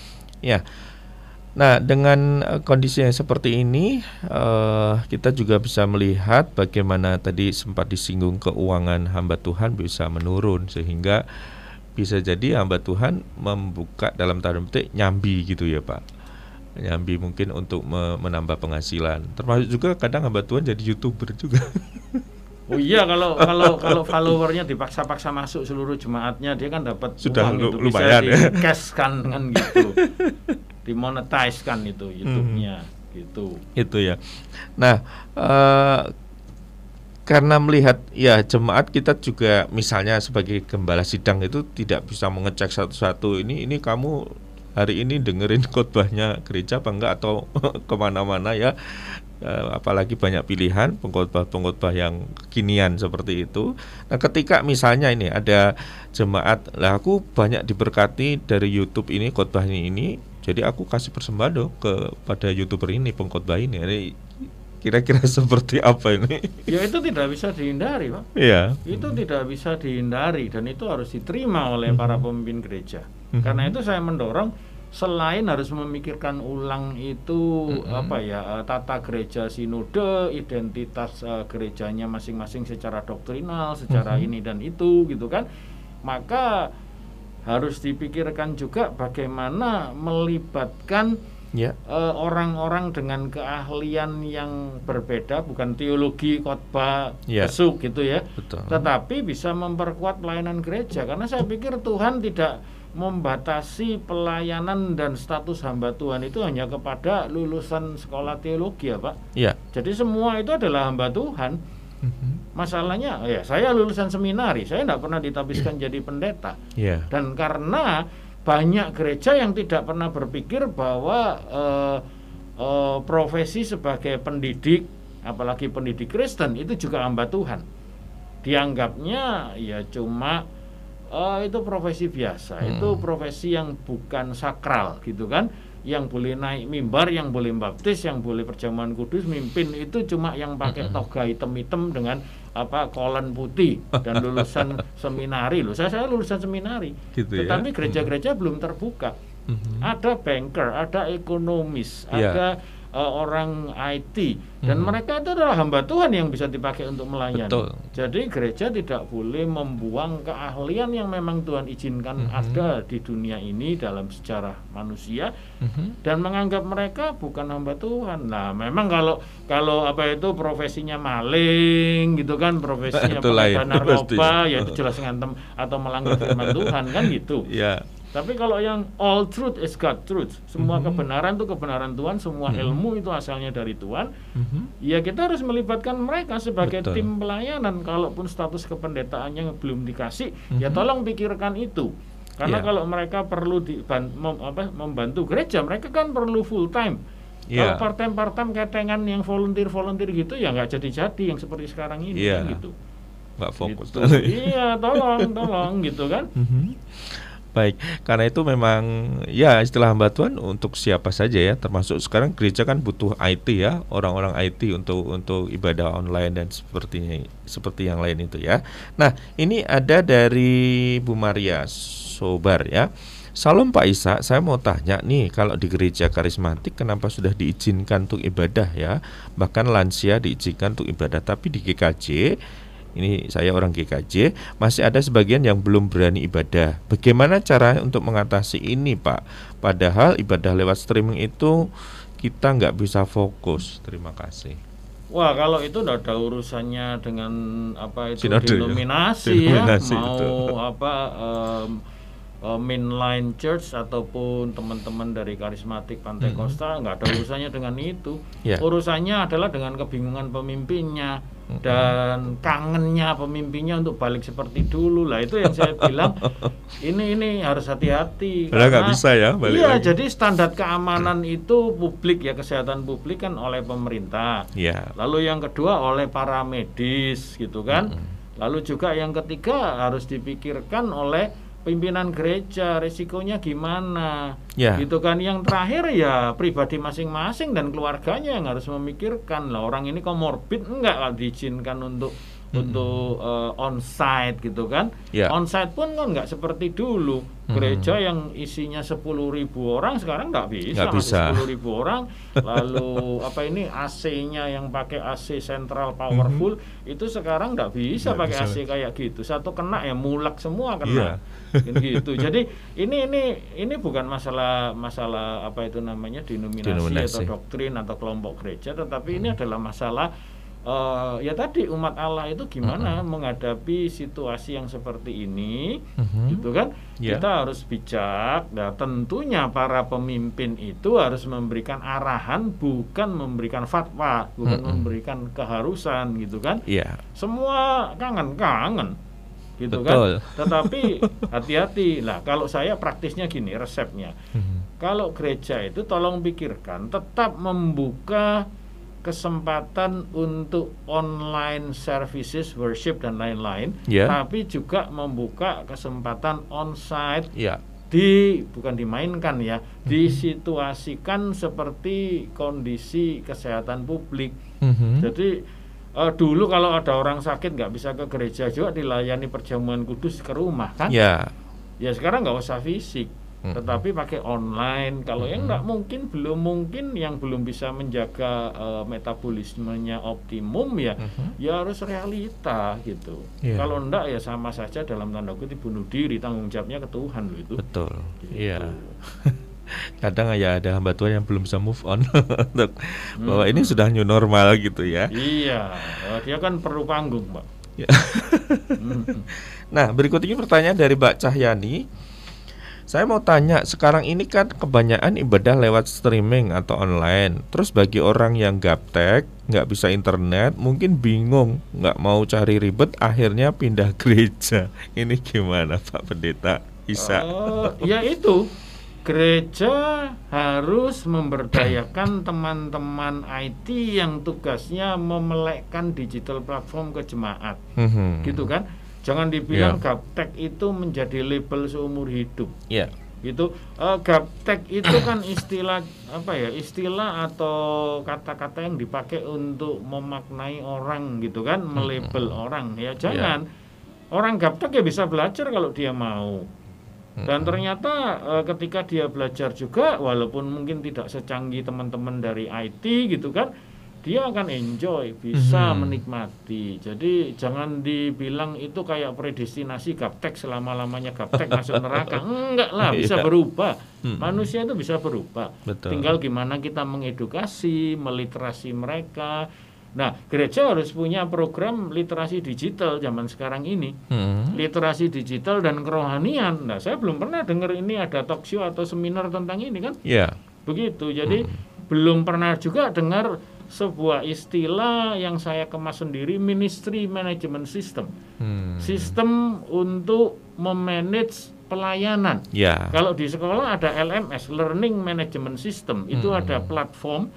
[SPEAKER 1] Nah, dengan kondisi yang seperti ini, kita juga bisa melihat bagaimana tadi sempat disinggung keuangan hamba Tuhan bisa menurun, sehingga bisa jadi hamba Tuhan membuka dalam tanda petik nyambi gitu ya Pak. Nyambi mungkin untuk menambah penghasilan. Termasuk juga kadang hamba Tuhan jadi YouTuber juga.
[SPEAKER 2] Oh iya, kalau followernya dipaksa-paksa masuk seluruh jemaatnya, dia kan dapat
[SPEAKER 1] sudah
[SPEAKER 2] uang itu,
[SPEAKER 1] lumayan,
[SPEAKER 2] bisa di-cash kan gitu. Dimonetize kan itu YouTube-nya gitu.
[SPEAKER 1] Itu ya. Nah, karena melihat ya jemaat kita juga misalnya sebagai gembala sidang itu tidak bisa mengecek satu-satu ini kamu hari ini dengerin khotbahnya gereja apa enggak atau kemana-mana ya. Apalagi banyak pilihan pengkhotbah yang kekinian seperti itu. Nah, ketika misalnya ini ada jemaat, lah aku banyak diberkati dari YouTube ini, khotbah ini, jadi aku kasih persembahan kepada YouTuber ini, pengkhotbah ini. Jadi kira-kira seperti apa ini?
[SPEAKER 2] Ya itu tidak bisa dihindari Pak. Itu tidak bisa dihindari, dan itu harus diterima oleh para pemimpin gereja. Karena itu saya mendorong, selain harus memikirkan ulang itu tata gereja sinode, identitas gerejanya masing-masing secara doktrinal, secara ini dan itu gitu kan, maka harus dipikirkan juga bagaimana melibatkan orang-orang dengan keahlian yang berbeda, bukan teologi, khotbah, besuk gitu ya.
[SPEAKER 1] Betul.
[SPEAKER 2] Tetapi bisa memperkuat pelayanan gereja, karena saya pikir Tuhan tidak membatasi pelayanan dan status hamba Tuhan itu hanya kepada lulusan sekolah teologi ya Pak. Jadi semua itu adalah hamba Tuhan. Masalahnya ya saya lulusan seminari, saya tidak pernah ditabiskan jadi pendeta. Dan karena banyak gereja yang tidak pernah berpikir bahwa profesi sebagai pendidik, apalagi pendidik Kristen, itu juga hamba Tuhan. Dianggapnya ya cuma itu profesi biasa, itu profesi yang bukan sakral gitu kan, yang boleh naik mimbar, yang boleh baptis, yang boleh perjamuan kudus, mimpin itu cuma yang pakai toga hitam-hitam dengan kolan putih dan lulusan seminari loh. Saya lulusan seminari gitu, tetapi gereja-gereja belum terbuka. Ada banker, ada ekonomis, ada orang IT, dan mereka itu adalah hamba Tuhan yang bisa dipakai untuk melayani. Jadi gereja tidak boleh membuang keahlian yang memang Tuhan izinkan ada di dunia ini dalam sejarah manusia, dan menganggap mereka bukan hamba Tuhan. Nah, memang kalau itu profesinya maling gitu kan, profesinya pengguna narkoba, ya itu jelas ngantem atau melanggar firman Tuhan kan gitu. Tapi kalau yang all truth is God truth, semua kebenaran itu kebenaran Tuhan, semua ilmu itu asalnya dari Tuhan, ya kita harus melibatkan mereka sebagai tim pelayanan. Kalaupun status kependetaannya belum dikasih, ya tolong pikirkan itu. Karena kalau mereka perlu membantu gereja, mereka kan perlu full time. Kalau part-time ketengan yang volunteer gitu, ya nggak jadi yang seperti sekarang ini kan gitu.
[SPEAKER 1] Nggak fokus.
[SPEAKER 2] Gitu. Iya, tolong gitu kan.
[SPEAKER 1] Baik, karena itu memang ya istilah hamba Tuhan untuk siapa saja ya, termasuk sekarang gereja kan butuh IT ya, orang-orang IT untuk ibadah online dan seperti yang lain itu ya. Nah, ini ada dari Bu Maria Sobar ya. Salam Pak Isa, saya mau tanya nih, kalau di gereja karismatik kenapa sudah diizinkan untuk ibadah ya, bahkan lansia diizinkan untuk ibadah, tapi di GKJ, ini saya orang GKJ, masih ada sebagian yang belum berani ibadah. Bagaimana cara untuk mengatasi ini Pak? Padahal ibadah lewat streaming itu kita nggak bisa fokus. Terima kasih.
[SPEAKER 2] Wah, kalau itu tidak ada urusannya dengan apa itu
[SPEAKER 1] Sinode,
[SPEAKER 2] denominasi ya, mau
[SPEAKER 1] itu.
[SPEAKER 2] Mainline Church ataupun teman-teman dari karismatik Pantai Costa, nggak ada urusannya dengan itu. Urusannya adalah dengan kebingungan pemimpinnya dan kangennya pemimpinnya untuk balik seperti dulu lah. Itu yang saya bilang ini harus hati-hati
[SPEAKER 1] karena nggak bisa ya balik lagi.
[SPEAKER 2] Jadi standar keamanan itu publik ya, kesehatan publik kan oleh pemerintah. Lalu yang kedua oleh para medis gitu kan. Lalu juga yang ketiga harus dipikirkan oleh pimpinan gereja, resikonya gimana, gitu kan. Yang terakhir ya pribadi masing-masing dan keluarganya yang harus memikirkan lah, orang ini komorbid enggak diizinkan untuk on-site gitu kan. On-site pun kan nggak seperti dulu. Gereja yang isinya 10.000 orang sekarang nggak bisa. 10.000 orang. Lalu AC-nya yang pakai AC central powerful itu sekarang nggak bisa pakai AC kayak gitu. Satu kena ya mulak semua kena. Gitu. Jadi ini bukan masalah apa itu namanya denominasi atau doktrin atau kelompok gereja, tetapi ini adalah masalah ya tadi umat Allah itu gimana menghadapi situasi yang seperti ini, gitu kan? Kita harus bijak. Nah, tentunya para pemimpin itu harus memberikan arahan, bukan memberikan fatwa, bukan memberikan keharusan, gitu kan? Semua kangen, gitu. Betul. Kan? Tetapi hati-hati lah. Kalau saya praktisnya gini resepnya. Kalau gereja itu tolong pikirkan, tetap membuka kesempatan untuk online services, worship dan lain-lain, tapi juga membuka kesempatan onsite, bukan dimainkan ya, disituasikan seperti kondisi kesehatan publik. Jadi dulu kalau ada orang sakit nggak bisa ke gereja juga dilayani perjamuan kudus ke rumah kan? Ya sekarang nggak usah fisik. Tetapi pakai online. Kalau yang belum mungkin yang belum bisa menjaga metabolismenya optimum ya harus realita gitu. Kalau enggak ya sama saja dalam tanda kutip bunuh diri, tanggung jawabnya ke Tuhan loh itu.
[SPEAKER 1] Betul. Iya. Kadang ya ada hamba Tuhan yang belum bisa move on untuk bahwa ini sudah new normal gitu ya.
[SPEAKER 2] Iya, dia kan perlu panggung, Pak.
[SPEAKER 1] Nah, berikut ini pertanyaan dari Mbak Cahyani. Saya mau tanya, sekarang ini kan kebanyakan ibadah lewat streaming atau online. Terus bagi orang yang gaptek, nggak bisa internet, mungkin bingung, nggak mau cari ribet, akhirnya pindah gereja. Ini gimana Pak Pendeta Isa?
[SPEAKER 2] Ya itu, gereja harus memberdayakan teman-teman IT yang tugasnya memelekkan digital platform ke jemaat, gitu kan? Jangan dibilang gaptek itu menjadi label seumur hidup. Gitu. Gaptek itu kan istilah istilah atau kata-kata yang dipakai untuk memaknai orang gitu kan, melabel orang ya. Jangan. Orang gaptek ya bisa belajar kalau dia mau. Dan ternyata ketika dia belajar juga, walaupun mungkin tidak secanggih teman-teman dari IT gitu kan, dia akan enjoy, bisa menikmati. Jadi jangan dibilang itu kayak predestinasi gaptek selama-lamanya gaptek masuk neraka. Enggak lah, bisa berubah. Manusia itu bisa berubah. Betul. Tinggal gimana kita mengedukasi, meliterasi mereka. Nah, gereja harus punya program literasi digital zaman sekarang ini. Literasi digital dan kerohanian. Nah, saya belum pernah dengar ini ada talk show atau seminar tentang ini kan? Begitu. Jadi belum pernah juga dengar sebuah istilah yang saya kemas sendiri, ministry management system. Sistem untuk memanage pelayanan. Kalau di sekolah ada LMS, learning management system. Itu ada platform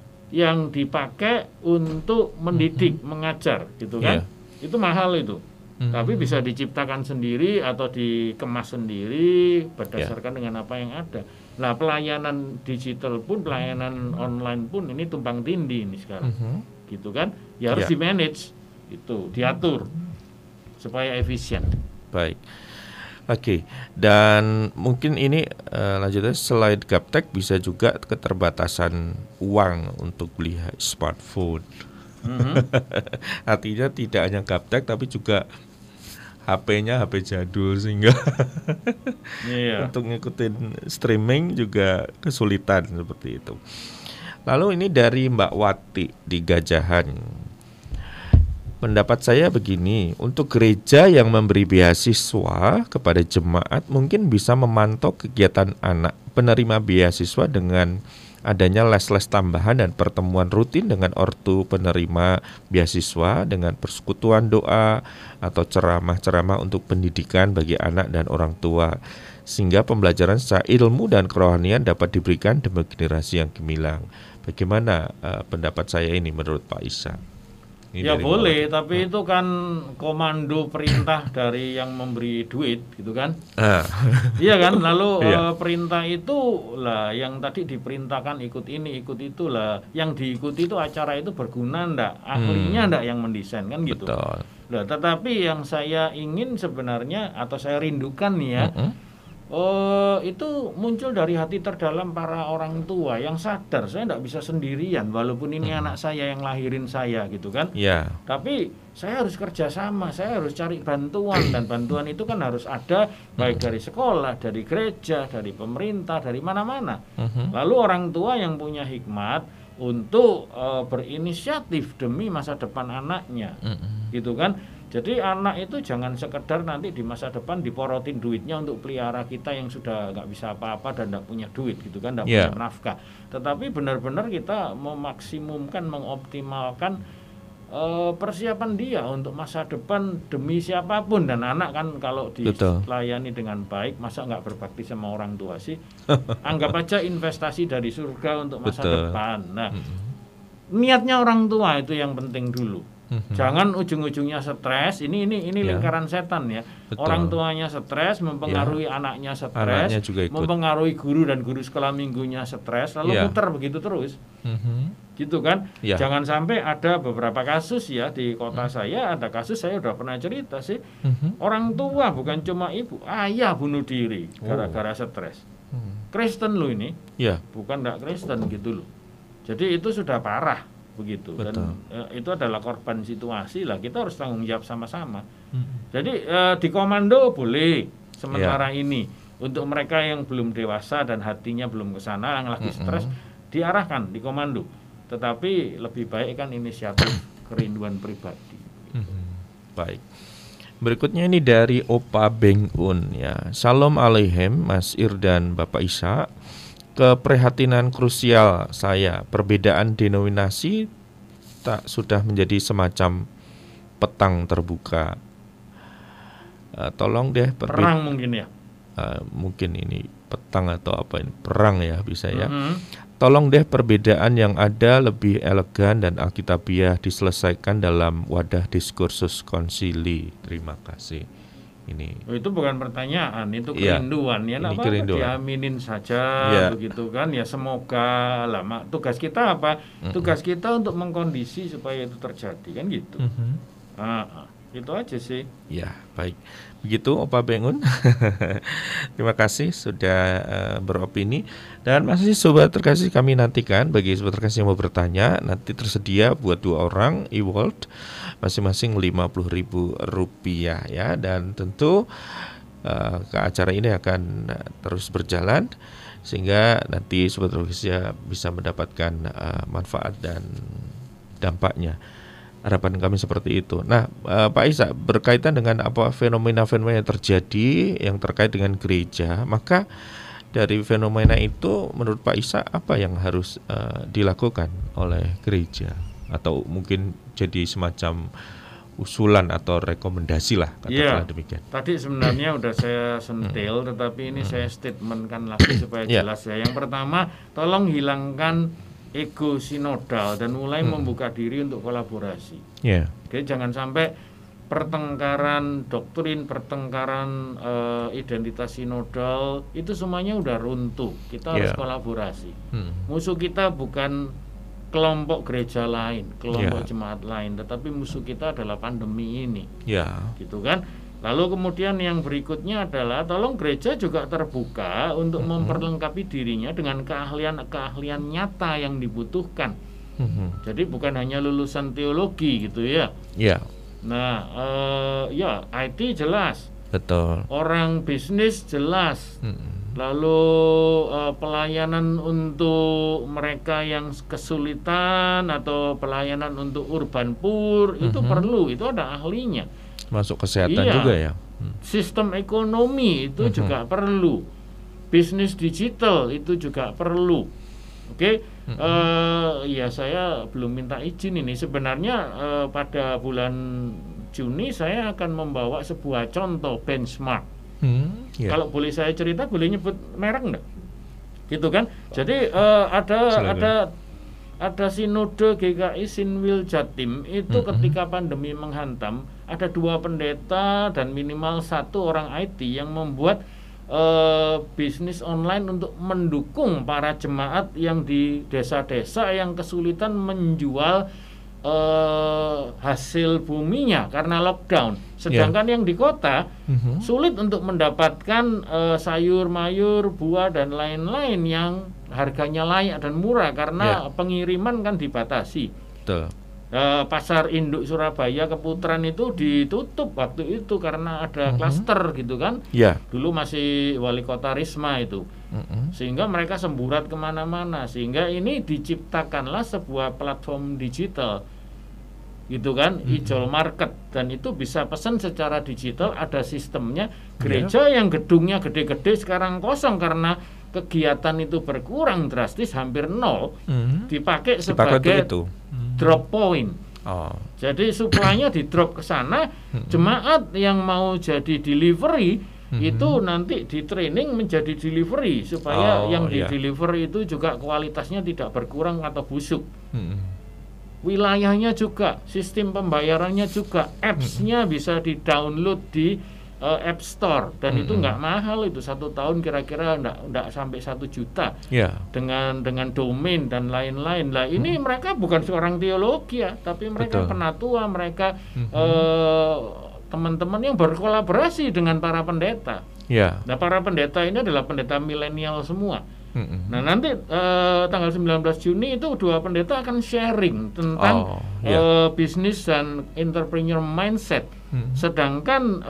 [SPEAKER 2] yang dipakai untuk mendidik, mengajar gitu kan. Itu mahal itu. Tapi bisa diciptakan sendiri atau dikemas sendiri berdasarkan dengan apa yang ada. Nah, pelayanan digital pun, pelayanan online pun ini tumpang tindih ini sekarang. Gitu kan? Ya harus di-manage, itu diatur supaya efisien.
[SPEAKER 1] Baik. Oke, dan mungkin ini lanjutnya selain gaptek bisa juga keterbatasan uang untuk beli smartphone. Artinya tidak hanya gaptek tapi juga HP-nya HP jadul sehingga untuk ngikutin streaming juga kesulitan seperti itu. Lalu ini dari Mbak Wati di Gajahan. Pendapat saya begini, untuk gereja yang memberi beasiswa kepada jemaat mungkin bisa memantau kegiatan anak penerima beasiswa dengan adanya les-les tambahan dan pertemuan rutin dengan ortu penerima beasiswa dengan persekutuan doa atau ceramah-ceramah untuk pendidikan bagi anak dan orang tua sehingga pembelajaran secara ilmu dan kerohanian dapat diberikan demi generasi yang gemilang. Bagaimana pendapat saya ini menurut Pak Isa? Ini
[SPEAKER 2] ya boleh, tapi itu kan komando perintah dari yang memberi duit, gitu kan? Iya kan? Lalu perintah itu lah yang tadi diperintahkan ikut ini, ikut itu lah. Yang diikuti itu acara itu berguna ndak? Ahlinya ndak yang mendesain kan gitu.
[SPEAKER 1] Betul.
[SPEAKER 2] Nah, tetapi yang saya ingin sebenarnya atau saya rindukan nih ya, itu muncul dari hati terdalam para orang tua yang sadar saya tidak bisa sendirian walaupun ini anak saya yang lahirin saya gitu kan. Tapi saya harus kerjasama, saya harus cari bantuan dan bantuan itu kan harus ada baik dari sekolah, dari gereja, dari pemerintah, dari mana-mana. Lalu orang tua yang punya hikmat untuk berinisiatif demi masa depan anaknya, gitu kan. Jadi anak itu jangan sekedar nanti di masa depan diporotin duitnya untuk pelihara kita yang sudah nggak bisa apa-apa dan nggak punya duit gitu kan, nggak punya nafkah. Tetapi benar-benar kita memaksimumkan, mengoptimalkan persiapan dia untuk masa depan demi siapapun. Dan anak kan kalau dilayani dengan baik, masa nggak berbakti sama orang tua sih? Anggap aja investasi dari surga untuk masa depan. Nah, niatnya orang tua itu yang penting dulu. Jangan ujung-ujungnya stres. Ini lingkaran setan ya. Orang tuanya stres, mempengaruhi anaknya stres, mempengaruhi guru dan guru sekolah minggunya stres, lalu putar begitu terus. Gitu kan? Jangan sampai ada beberapa kasus ya di kota saya, ada kasus saya udah pernah cerita sih. Orang tua bukan cuma ibu, ayah bunuh diri gara-gara stres. Kristen lo ini. Bukan enggak Kristen gitu loh. Jadi itu sudah parah begitu. Dan itu adalah korban situasi lah, kita harus tanggung jawab sama-sama. Jadi di komando boleh sementara ini untuk mereka yang belum dewasa dan hatinya belum ke sana, yang lagi stres diarahkan di komando. Tetapi lebih baik kan inisiatif kerinduan pribadi.
[SPEAKER 1] Baik. Berikutnya ini dari Opa Bengun ya. Shalom Aleichem Mas Ir dan Bapak Isa. Keprihatinan krusial saya, perbedaan denominasi tak sudah menjadi semacam petang terbuka. Tolong deh
[SPEAKER 2] perang mungkin ya.
[SPEAKER 1] Mungkin ini petang atau apa ini, perang ya bisa ya. Tolong deh perbedaan yang ada lebih elegan dan alkitabiah diselesaikan dalam wadah diskursus konsili. Terima kasih. Ini.
[SPEAKER 2] Itu bukan pertanyaan, itu kerinduan ya, apa diaminin saja begitu kan ya, semoga lama. Tugas kita apa? Tugas kita untuk mengkondisi supaya itu terjadi kan gitu. Itu aja sih.
[SPEAKER 1] Ya baik, begitu Opa Bengun. Terima kasih sudah beropini. Dan masih sobat terkasih, kami nantikan bagi sobat terkasih yang mau bertanya, nanti tersedia buat 2 orang e-world masing-masing Rp50.000 ya. Dan tentu ke acara ini akan terus berjalan sehingga nanti sobat terkasih bisa mendapatkan manfaat dan dampaknya. Harapan kami seperti itu. Nah, Pak Isa, berkaitan dengan apa fenomena-fenomena yang terjadi yang terkait dengan gereja, maka dari fenomena itu menurut Pak Isa apa yang harus dilakukan oleh gereja, atau mungkin jadi semacam usulan atau rekomendasi lah, katakanlah demikian.
[SPEAKER 2] Tadi sebenarnya udah saya sentil, tetapi ini saya statementkan lagi supaya jelas ya. Yang pertama, tolong hilangkan ego sinodal dan mulai membuka diri untuk kolaborasi. Oke, jangan sampai pertengkaran doktrin, pertengkaran identitas sinodal, itu semuanya udah runtuh. Kita harus kolaborasi. Musuh kita bukan kelompok gereja lain, kelompok jemaat lain, tetapi musuh kita adalah pandemi ini. Gitu kan? Lalu kemudian yang berikutnya adalah tolong gereja juga terbuka untuk memperlengkapi dirinya dengan keahlian-keahlian nyata yang dibutuhkan. Jadi bukan hanya lulusan teologi gitu ya. Nah, IT jelas.
[SPEAKER 1] Betul.
[SPEAKER 2] Orang bisnis jelas. Lalu pelayanan untuk mereka yang kesulitan atau pelayanan untuk urban poor itu perlu, itu ada ahlinya.
[SPEAKER 1] Masuk kesehatan juga ya.
[SPEAKER 2] Sistem ekonomi itu juga perlu. Bisnis digital itu juga perlu. Oke. Ya saya belum minta izin ini. Sebenarnya pada bulan Juni saya akan membawa sebuah contoh benchmark. Kalau boleh saya cerita, boleh nyebut merek enggak? Gitu kan? Jadi ada sinode GKI Sinwil Jatim itu ketika pandemi menghantam, ada 2 pendeta dan minimal 1 orang IT yang membuat bisnis online untuk mendukung para jemaat yang di desa-desa yang kesulitan menjual hasil buminya karena lockdown. Sedangkan yang di kota sulit untuk mendapatkan sayur mayur, buah dan lain-lain yang harganya layak dan murah karena pengiriman kan dibatasi.
[SPEAKER 1] Betul.
[SPEAKER 2] Pasar induk Surabaya Keputaran itu ditutup waktu itu karena ada klaster gitu kan. Dulu masih wali kota Risma itu. Sehingga mereka semburat kemana-mana. Sehingga ini diciptakanlah sebuah platform digital gitu kan, ijol market, dan itu bisa pesan secara digital, ada sistemnya. Gereja yang gedungnya gede-gede sekarang kosong karena kegiatan itu berkurang drastis, hampir nol, dipakai sebagai drop point. Jadi supply-nya di drop ke sana, jemaat yang mau jadi delivery itu nanti di training menjadi delivery supaya yang di deliver itu juga kualitasnya tidak berkurang atau busuk. Wilayahnya juga, sistem pembayarannya juga, apps-nya bisa di-download di App Store dan itu nggak mahal, itu 1 tahun kira-kira nggak sampai 1 juta dengan domain dan lain-lain. Lah ini mereka bukan seorang teologi ya, tapi mereka penatua, mereka teman-teman yang berkolaborasi dengan para pendeta. Nah para pendeta ini adalah pendeta milenial semua. Nah nanti tanggal 19 Juni itu 2 pendeta akan sharing tentang bisnis dan entrepreneur mindset. Sedangkan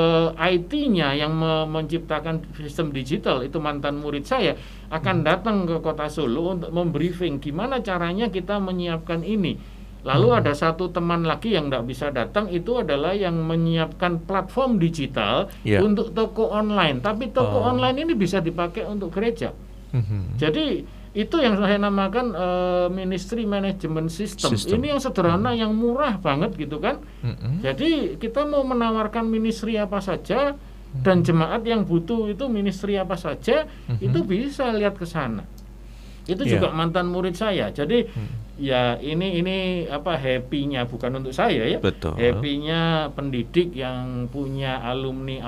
[SPEAKER 2] IT-nya yang menciptakan sistem digital itu mantan murid saya akan datang ke Kota Solo untuk membriefing gimana caranya kita menyiapkan ini. Lalu ada 1 teman lagi yang tidak bisa datang, itu adalah yang menyiapkan platform digital untuk toko online. Tapi toko online ini bisa dipakai untuk gereja. Jadi itu yang saya namakan ministry management system. Ini yang sederhana, yang murah banget gitu kan. Jadi kita mau menawarkan ministry apa saja dan jemaat yang butuh itu ministry apa saja itu bisa lihat ke sana. Itu juga mantan murid saya. Jadi ya ini apa happy-nya bukan untuk saya ya. Happy-nya pendidik yang punya alumni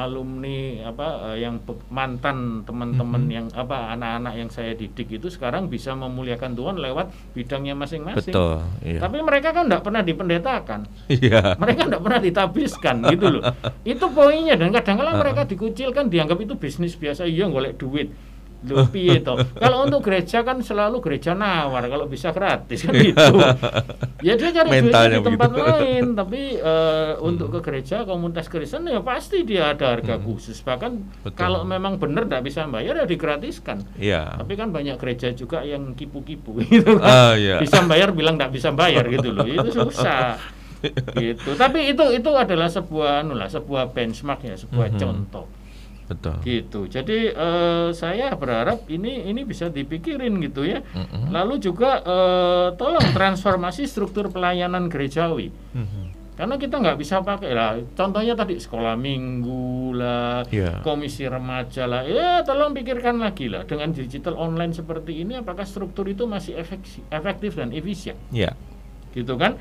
[SPEAKER 2] apa yang mantan teman-teman yang apa anak-anak yang saya didik itu sekarang bisa memuliakan Tuhan lewat bidangnya masing-masing. Tapi mereka kan tidak pernah dipendetakan. Mereka tidak pernah ditabiskan gitu loh. Itu poinnya, dan kadang-kadang mereka dikucilkan, dianggap itu bisnis biasa, golek duit. Piye toh. Kalau untuk gereja kan selalu gereja nawar, kalau bisa gratis kan gitu. Ya dia cari duitnya di tempat lain, tapi untuk ke gereja komunitas Kristen ya pasti dia ada harga khusus. Bahkan kalau memang benar tidak bisa bayar ya digratiskan. Tapi kan banyak gereja juga yang kipu-kipu gitu kan. Bisa bayar bilang tidak bisa bayar gitu loh. Itu susah. Gitu. Tapi itu adalah sebuah benchmark ya, sebuah contoh. Gitu. Jadi saya berharap ini bisa dipikirin gitu ya. Lalu juga tolong transformasi struktur pelayanan gerejawi. Karena kita nggak bisa pakai lah. Contohnya tadi sekolah minggu lah, komisi remaja lah. Ya tolong pikirkan lagi lah, dengan digital online seperti ini apakah struktur itu masih efektif dan efisien? Gitu kan?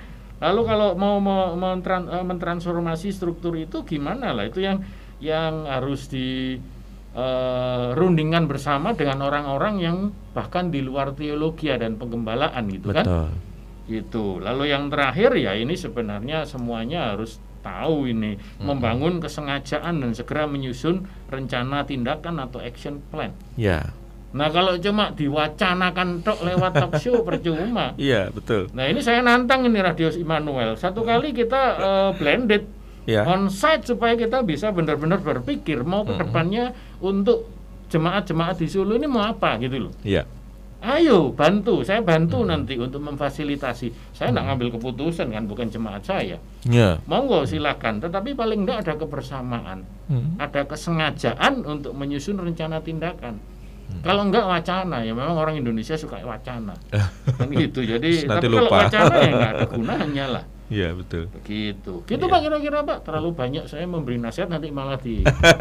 [SPEAKER 2] Lalu kalau mau mentransformasi struktur itu gimana lah? Itu yang harus di rundingan bersama dengan orang-orang yang bahkan di luar teologi dan penggembalaan gitu. Betul. Kan? Gitu. Lalu yang terakhir ya ini sebenarnya semuanya harus tahu ini membangun kesengajaan dan segera menyusun rencana tindakan atau action plan. Ya. Nah kalau cuma diwacanakan tok lewat talk show percuma. Iya betul. Nah ini saya nantang ini Radio Immanuel. Satu kali kita blended on site supaya kita bisa benar-benar berpikir mau ke depannya untuk jemaat-jemaat di Solo ini mau apa gitu loh. Iya. Ayo bantu, saya bantu nanti untuk memfasilitasi. Saya nggak ngambil keputusan kan, bukan jemaat saya. Monggo silakan. Tetapi paling nggak ada kebersamaan, ada kesengajaan untuk menyusun rencana tindakan. Kalau enggak wacana, ya memang orang Indonesia suka wacana kan gitu. Jadi tapi kalau wacana ya nggak ada gunanya lah. Iya betul. Begitu. Gitu Pak kira-kira Pak. Terlalu banyak saya memberi nasihat nanti malah di.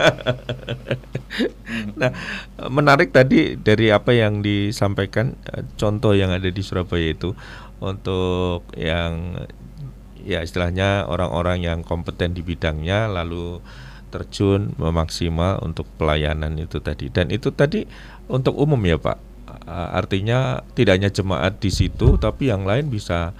[SPEAKER 1] Nah, menarik tadi dari apa yang disampaikan, contoh yang ada di Surabaya itu untuk yang ya istilahnya orang-orang yang kompeten di bidangnya lalu terjun memaksimal untuk pelayanan itu tadi. Dan itu tadi untuk umum ya Pak. Artinya tidak hanya jemaat di situ, tapi yang lain bisa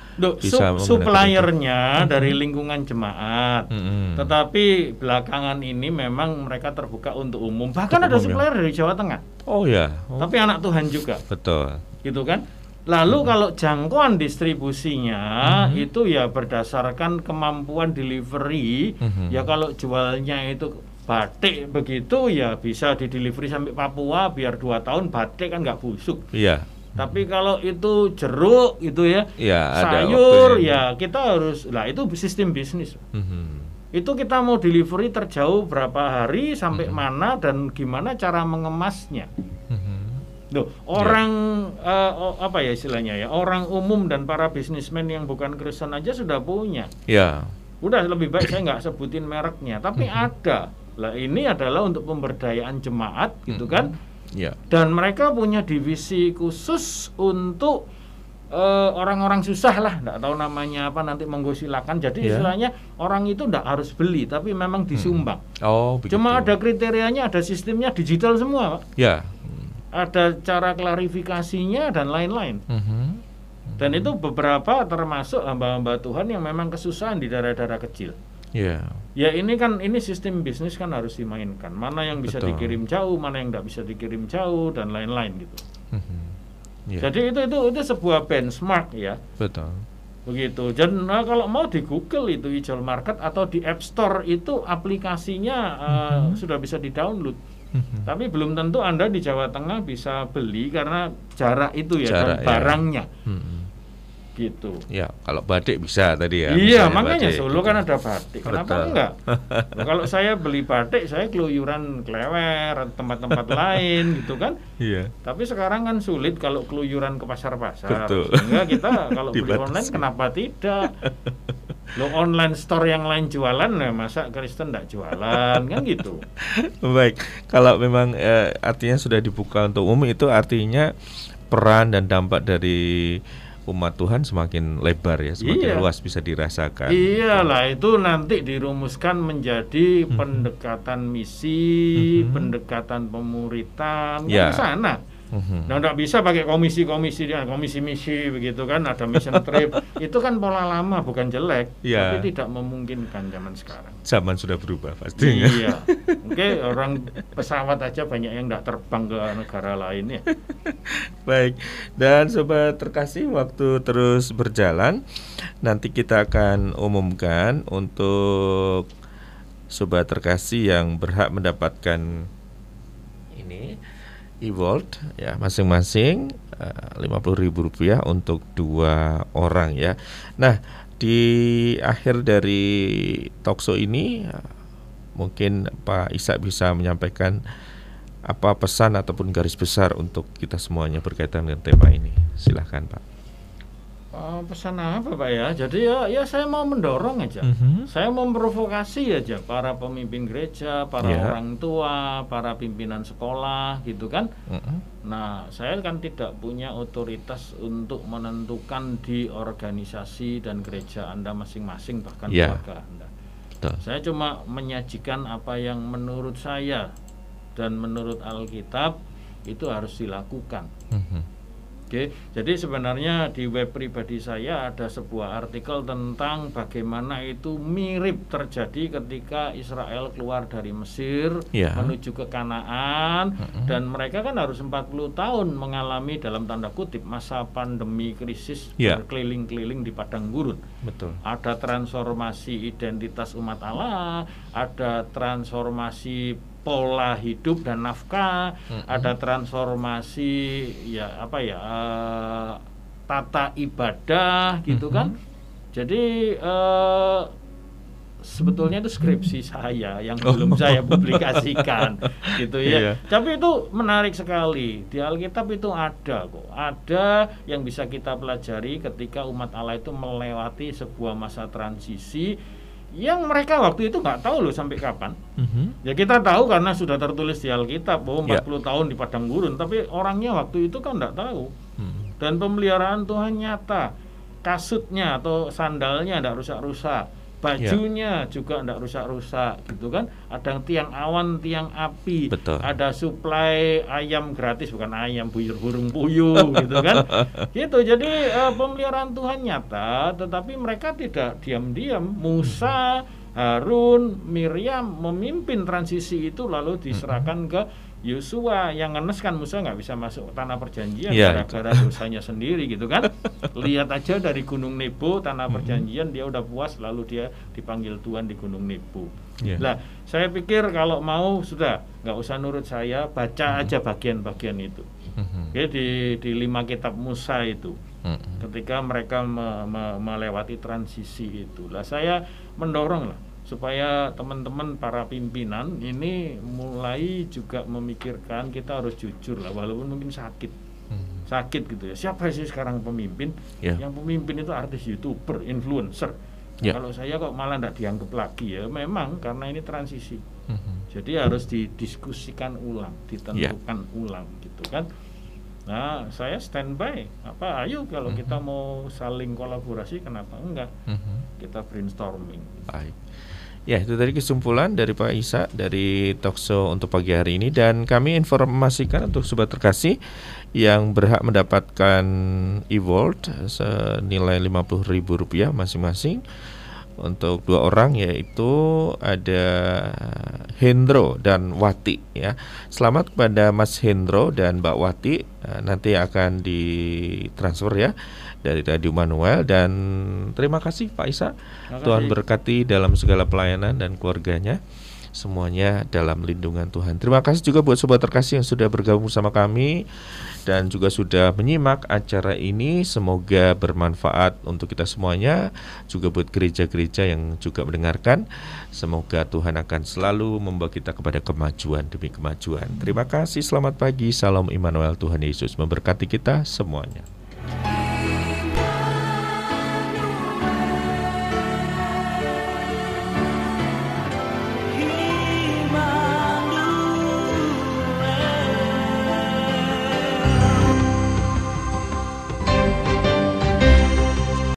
[SPEAKER 2] suppliernya dari lingkungan jemaat. Tetapi belakangan ini memang mereka terbuka untuk umum. Bahkan ada supplier dari Jawa Tengah. Oh ya. Tapi anak Tuhan juga. Betul. Gitu kan? Lalu kalau jangkauan distribusinya itu ya berdasarkan kemampuan delivery. Ya kalau jualnya itu batik begitu ya bisa di-delivery sampai Papua biar 2 tahun batik kan nggak busuk. Iya. Tapi kalau itu jeruk itu ya sayur ya kita harus itu sistem bisnis. Itu kita mau delivery terjauh berapa hari sampai mana dan gimana cara mengemasnya. Loh, orang apa ya istilahnya ya, orang umum dan para bisnismen yang bukan Kristen aja sudah punya. Ya. Udah lebih baik saya nggak sebutin mereknya, tapi ada. Lah ini adalah untuk pemberdayaan jemaat gitu kan. Ya. Dan mereka punya divisi khusus untuk orang-orang susah lah, nggak tahu namanya apa nanti monggo silakan. Jadi istilahnya orang itu nggak harus beli, tapi memang disumbang. Oh, begitu. Cuma ada kriterianya, ada sistemnya digital semua, Pak. Ya. Ada cara klarifikasinya dan lain-lain. Dan itu beberapa termasuk hamba-hamba Tuhan yang memang kesusahan di daerah-daerah kecil. Ya ini kan sistem bisnis kan harus dimainkan. Mana yang bisa dikirim jauh, mana yang nggak bisa dikirim jauh dan lain-lain gitu. Jadi itu sebuah benchmark ya. Betul. Begitu. Dan kalau mau di Google itu Ijol Market atau di App Store itu aplikasinya sudah bisa di-download. Tapi belum tentu Anda di Jawa Tengah bisa beli karena jarak itu ya dan barangnya. Gitu. Ya, kalau batik bisa tadi ya. Iya, makanya batik. Solo kan ada batik. Kenapa enggak? Nah, kalau saya beli batik, saya keluyuran Klewer atau tempat-tempat lain gitu kan. Iya. Tapi sekarang kan sulit kalau keluyuran ke pasar-pasar. Sehingga kita kalau beli online kenapa tidak? Lo online store yang lain jualan, ya masa Kristen enggak jualan kan gitu. Baik, kalau memang artinya sudah dibuka untuk umum itu artinya peran dan dampak dari umat Tuhan semakin lebar ya, semakin luas bisa dirasakan. Iyalah, itu nanti dirumuskan menjadi pendekatan misi, pendekatan pemuritan ke sana. Nah, enggak bisa pakai komisi misi begitu kan, ada mission trip. Itu kan pola lama, bukan jelek, tapi tidak memungkinkan zaman sekarang. Zaman sudah berubah pastinya. Iya. Oke, orang pesawat aja banyak yang enggak terbang ke negara lain ya. Baik. Dan sobat terkasih, waktu terus berjalan. Nanti kita akan umumkan untuk sobat terkasih yang berhak mendapatkan ini e-Vault ya, masing-masing Rp50.000 untuk 2 orang ya. Nah, di akhir dari talkshow ini mungkin Pak Ishak bisa menyampaikan apa pesan ataupun garis besar untuk kita semuanya berkaitan dengan tema ini. Silahkan Pak. Pesan apa Pak ya? Jadi ya saya mau mendorong aja. Saya mau memprovokasi aja para pemimpin gereja, para orang tua, para pimpinan sekolah gitu kan. Nah, saya kan tidak punya otoritas untuk menentukan di organisasi dan gereja Anda masing-masing, bahkan keluarga Anda. Saya cuma menyajikan apa yang menurut saya dan menurut Alkitab itu harus dilakukan. Oke, jadi sebenarnya di web pribadi saya ada sebuah artikel tentang bagaimana itu mirip terjadi ketika Israel keluar dari Mesir menuju ke Kanaan, dan mereka kan harus 40 tahun mengalami dalam tanda kutip masa pandemi krisis berkeliling-keliling di padang gurun.
[SPEAKER 1] Betul.
[SPEAKER 2] Ada transformasi identitas umat Allah, ada transformasi pola hidup dan nafkah, ada transformasi tata ibadah gitu kan. Jadi sebetulnya itu skripsi saya yang belum saya publikasikan gitu ya. Tapi itu menarik sekali. Di Alkitab itu ada kok. Ada yang bisa kita pelajari ketika umat Allah itu melewati sebuah masa transisi yang mereka waktu itu nggak tahu loh sampai kapan. Ya kita tahu karena sudah tertulis di Alkitab bahwa 40 tahun di padang gurun, tapi orangnya waktu itu kan nggak tahu. Dan pemeliharaan Tuhan nyata. Kasutnya atau sandalnya nggak rusak-rusak, bajunya juga nggak rusak-rusak gitu kan. Ada tiang awan, tiang api.
[SPEAKER 1] Betul.
[SPEAKER 2] Ada suplai ayam gratis, bukan ayam, burung puyuh gitu kan. Gitu. Jadi pemeliharaan Tuhan nyata, tetapi mereka tidak diam-diam. Musa, Harun, Miriam memimpin transisi itu, lalu diserahkan ke Yosua yang ngenes kan. Musa nggak bisa masuk tanah perjanjian gara-gara dosanya sendiri gitu kan. Lihat aja dari Gunung Nebo, tanah perjanjian, dia udah puas, lalu dia dipanggil Tuhan di Gunung Nebo. Nah, saya pikir kalau mau sudah nggak usah nurut saya, baca aja bagian-bagian itu. Oke, di 5 kitab Musa itu, ketika mereka melewati transisi itu, lah saya mendorong lah supaya teman-teman para pimpinan ini mulai juga memikirkan kita harus jujur lah, walaupun mungkin sakit gitu ya. Siapa sih sekarang pemimpin? Yang pemimpin itu artis, YouTuber, influencer. Kalau saya kok malah tidak dianggap lagi ya. Memang karena ini transisi. Jadi harus didiskusikan ulang, ditentukan ulang gitu kan. Nah, saya standby. Ayo kalau kita mau saling kolaborasi, kenapa enggak? Kita brainstorming.
[SPEAKER 1] Baik. Ya, itu tadi kesimpulan dari Pak Isa dari Talkshow untuk pagi hari ini, dan kami informasikan untuk sobat terkasih yang berhak mendapatkan e-award senilai Rp50.000 masing-masing untuk 2 orang, yaitu ada Hendro dan Wati ya. Selamat kepada Mas Hendro dan Mbak Wati, nanti akan ditransfer ya dari Radio Immanuel. Dan terima kasih Pak Isa. Tuhan berkati dalam segala pelayanan dan keluarganya, semuanya dalam lindungan Tuhan. Terima kasih juga buat sobat terkasih yang sudah bergabung bersama kami dan juga sudah menyimak acara ini. Semoga bermanfaat untuk kita semuanya, juga buat gereja-gereja yang juga mendengarkan. Semoga Tuhan akan selalu membawa kita kepada kemajuan demi kemajuan. Terima kasih, selamat pagi, salam Immanuel, Tuhan Yesus memberkati kita semuanya.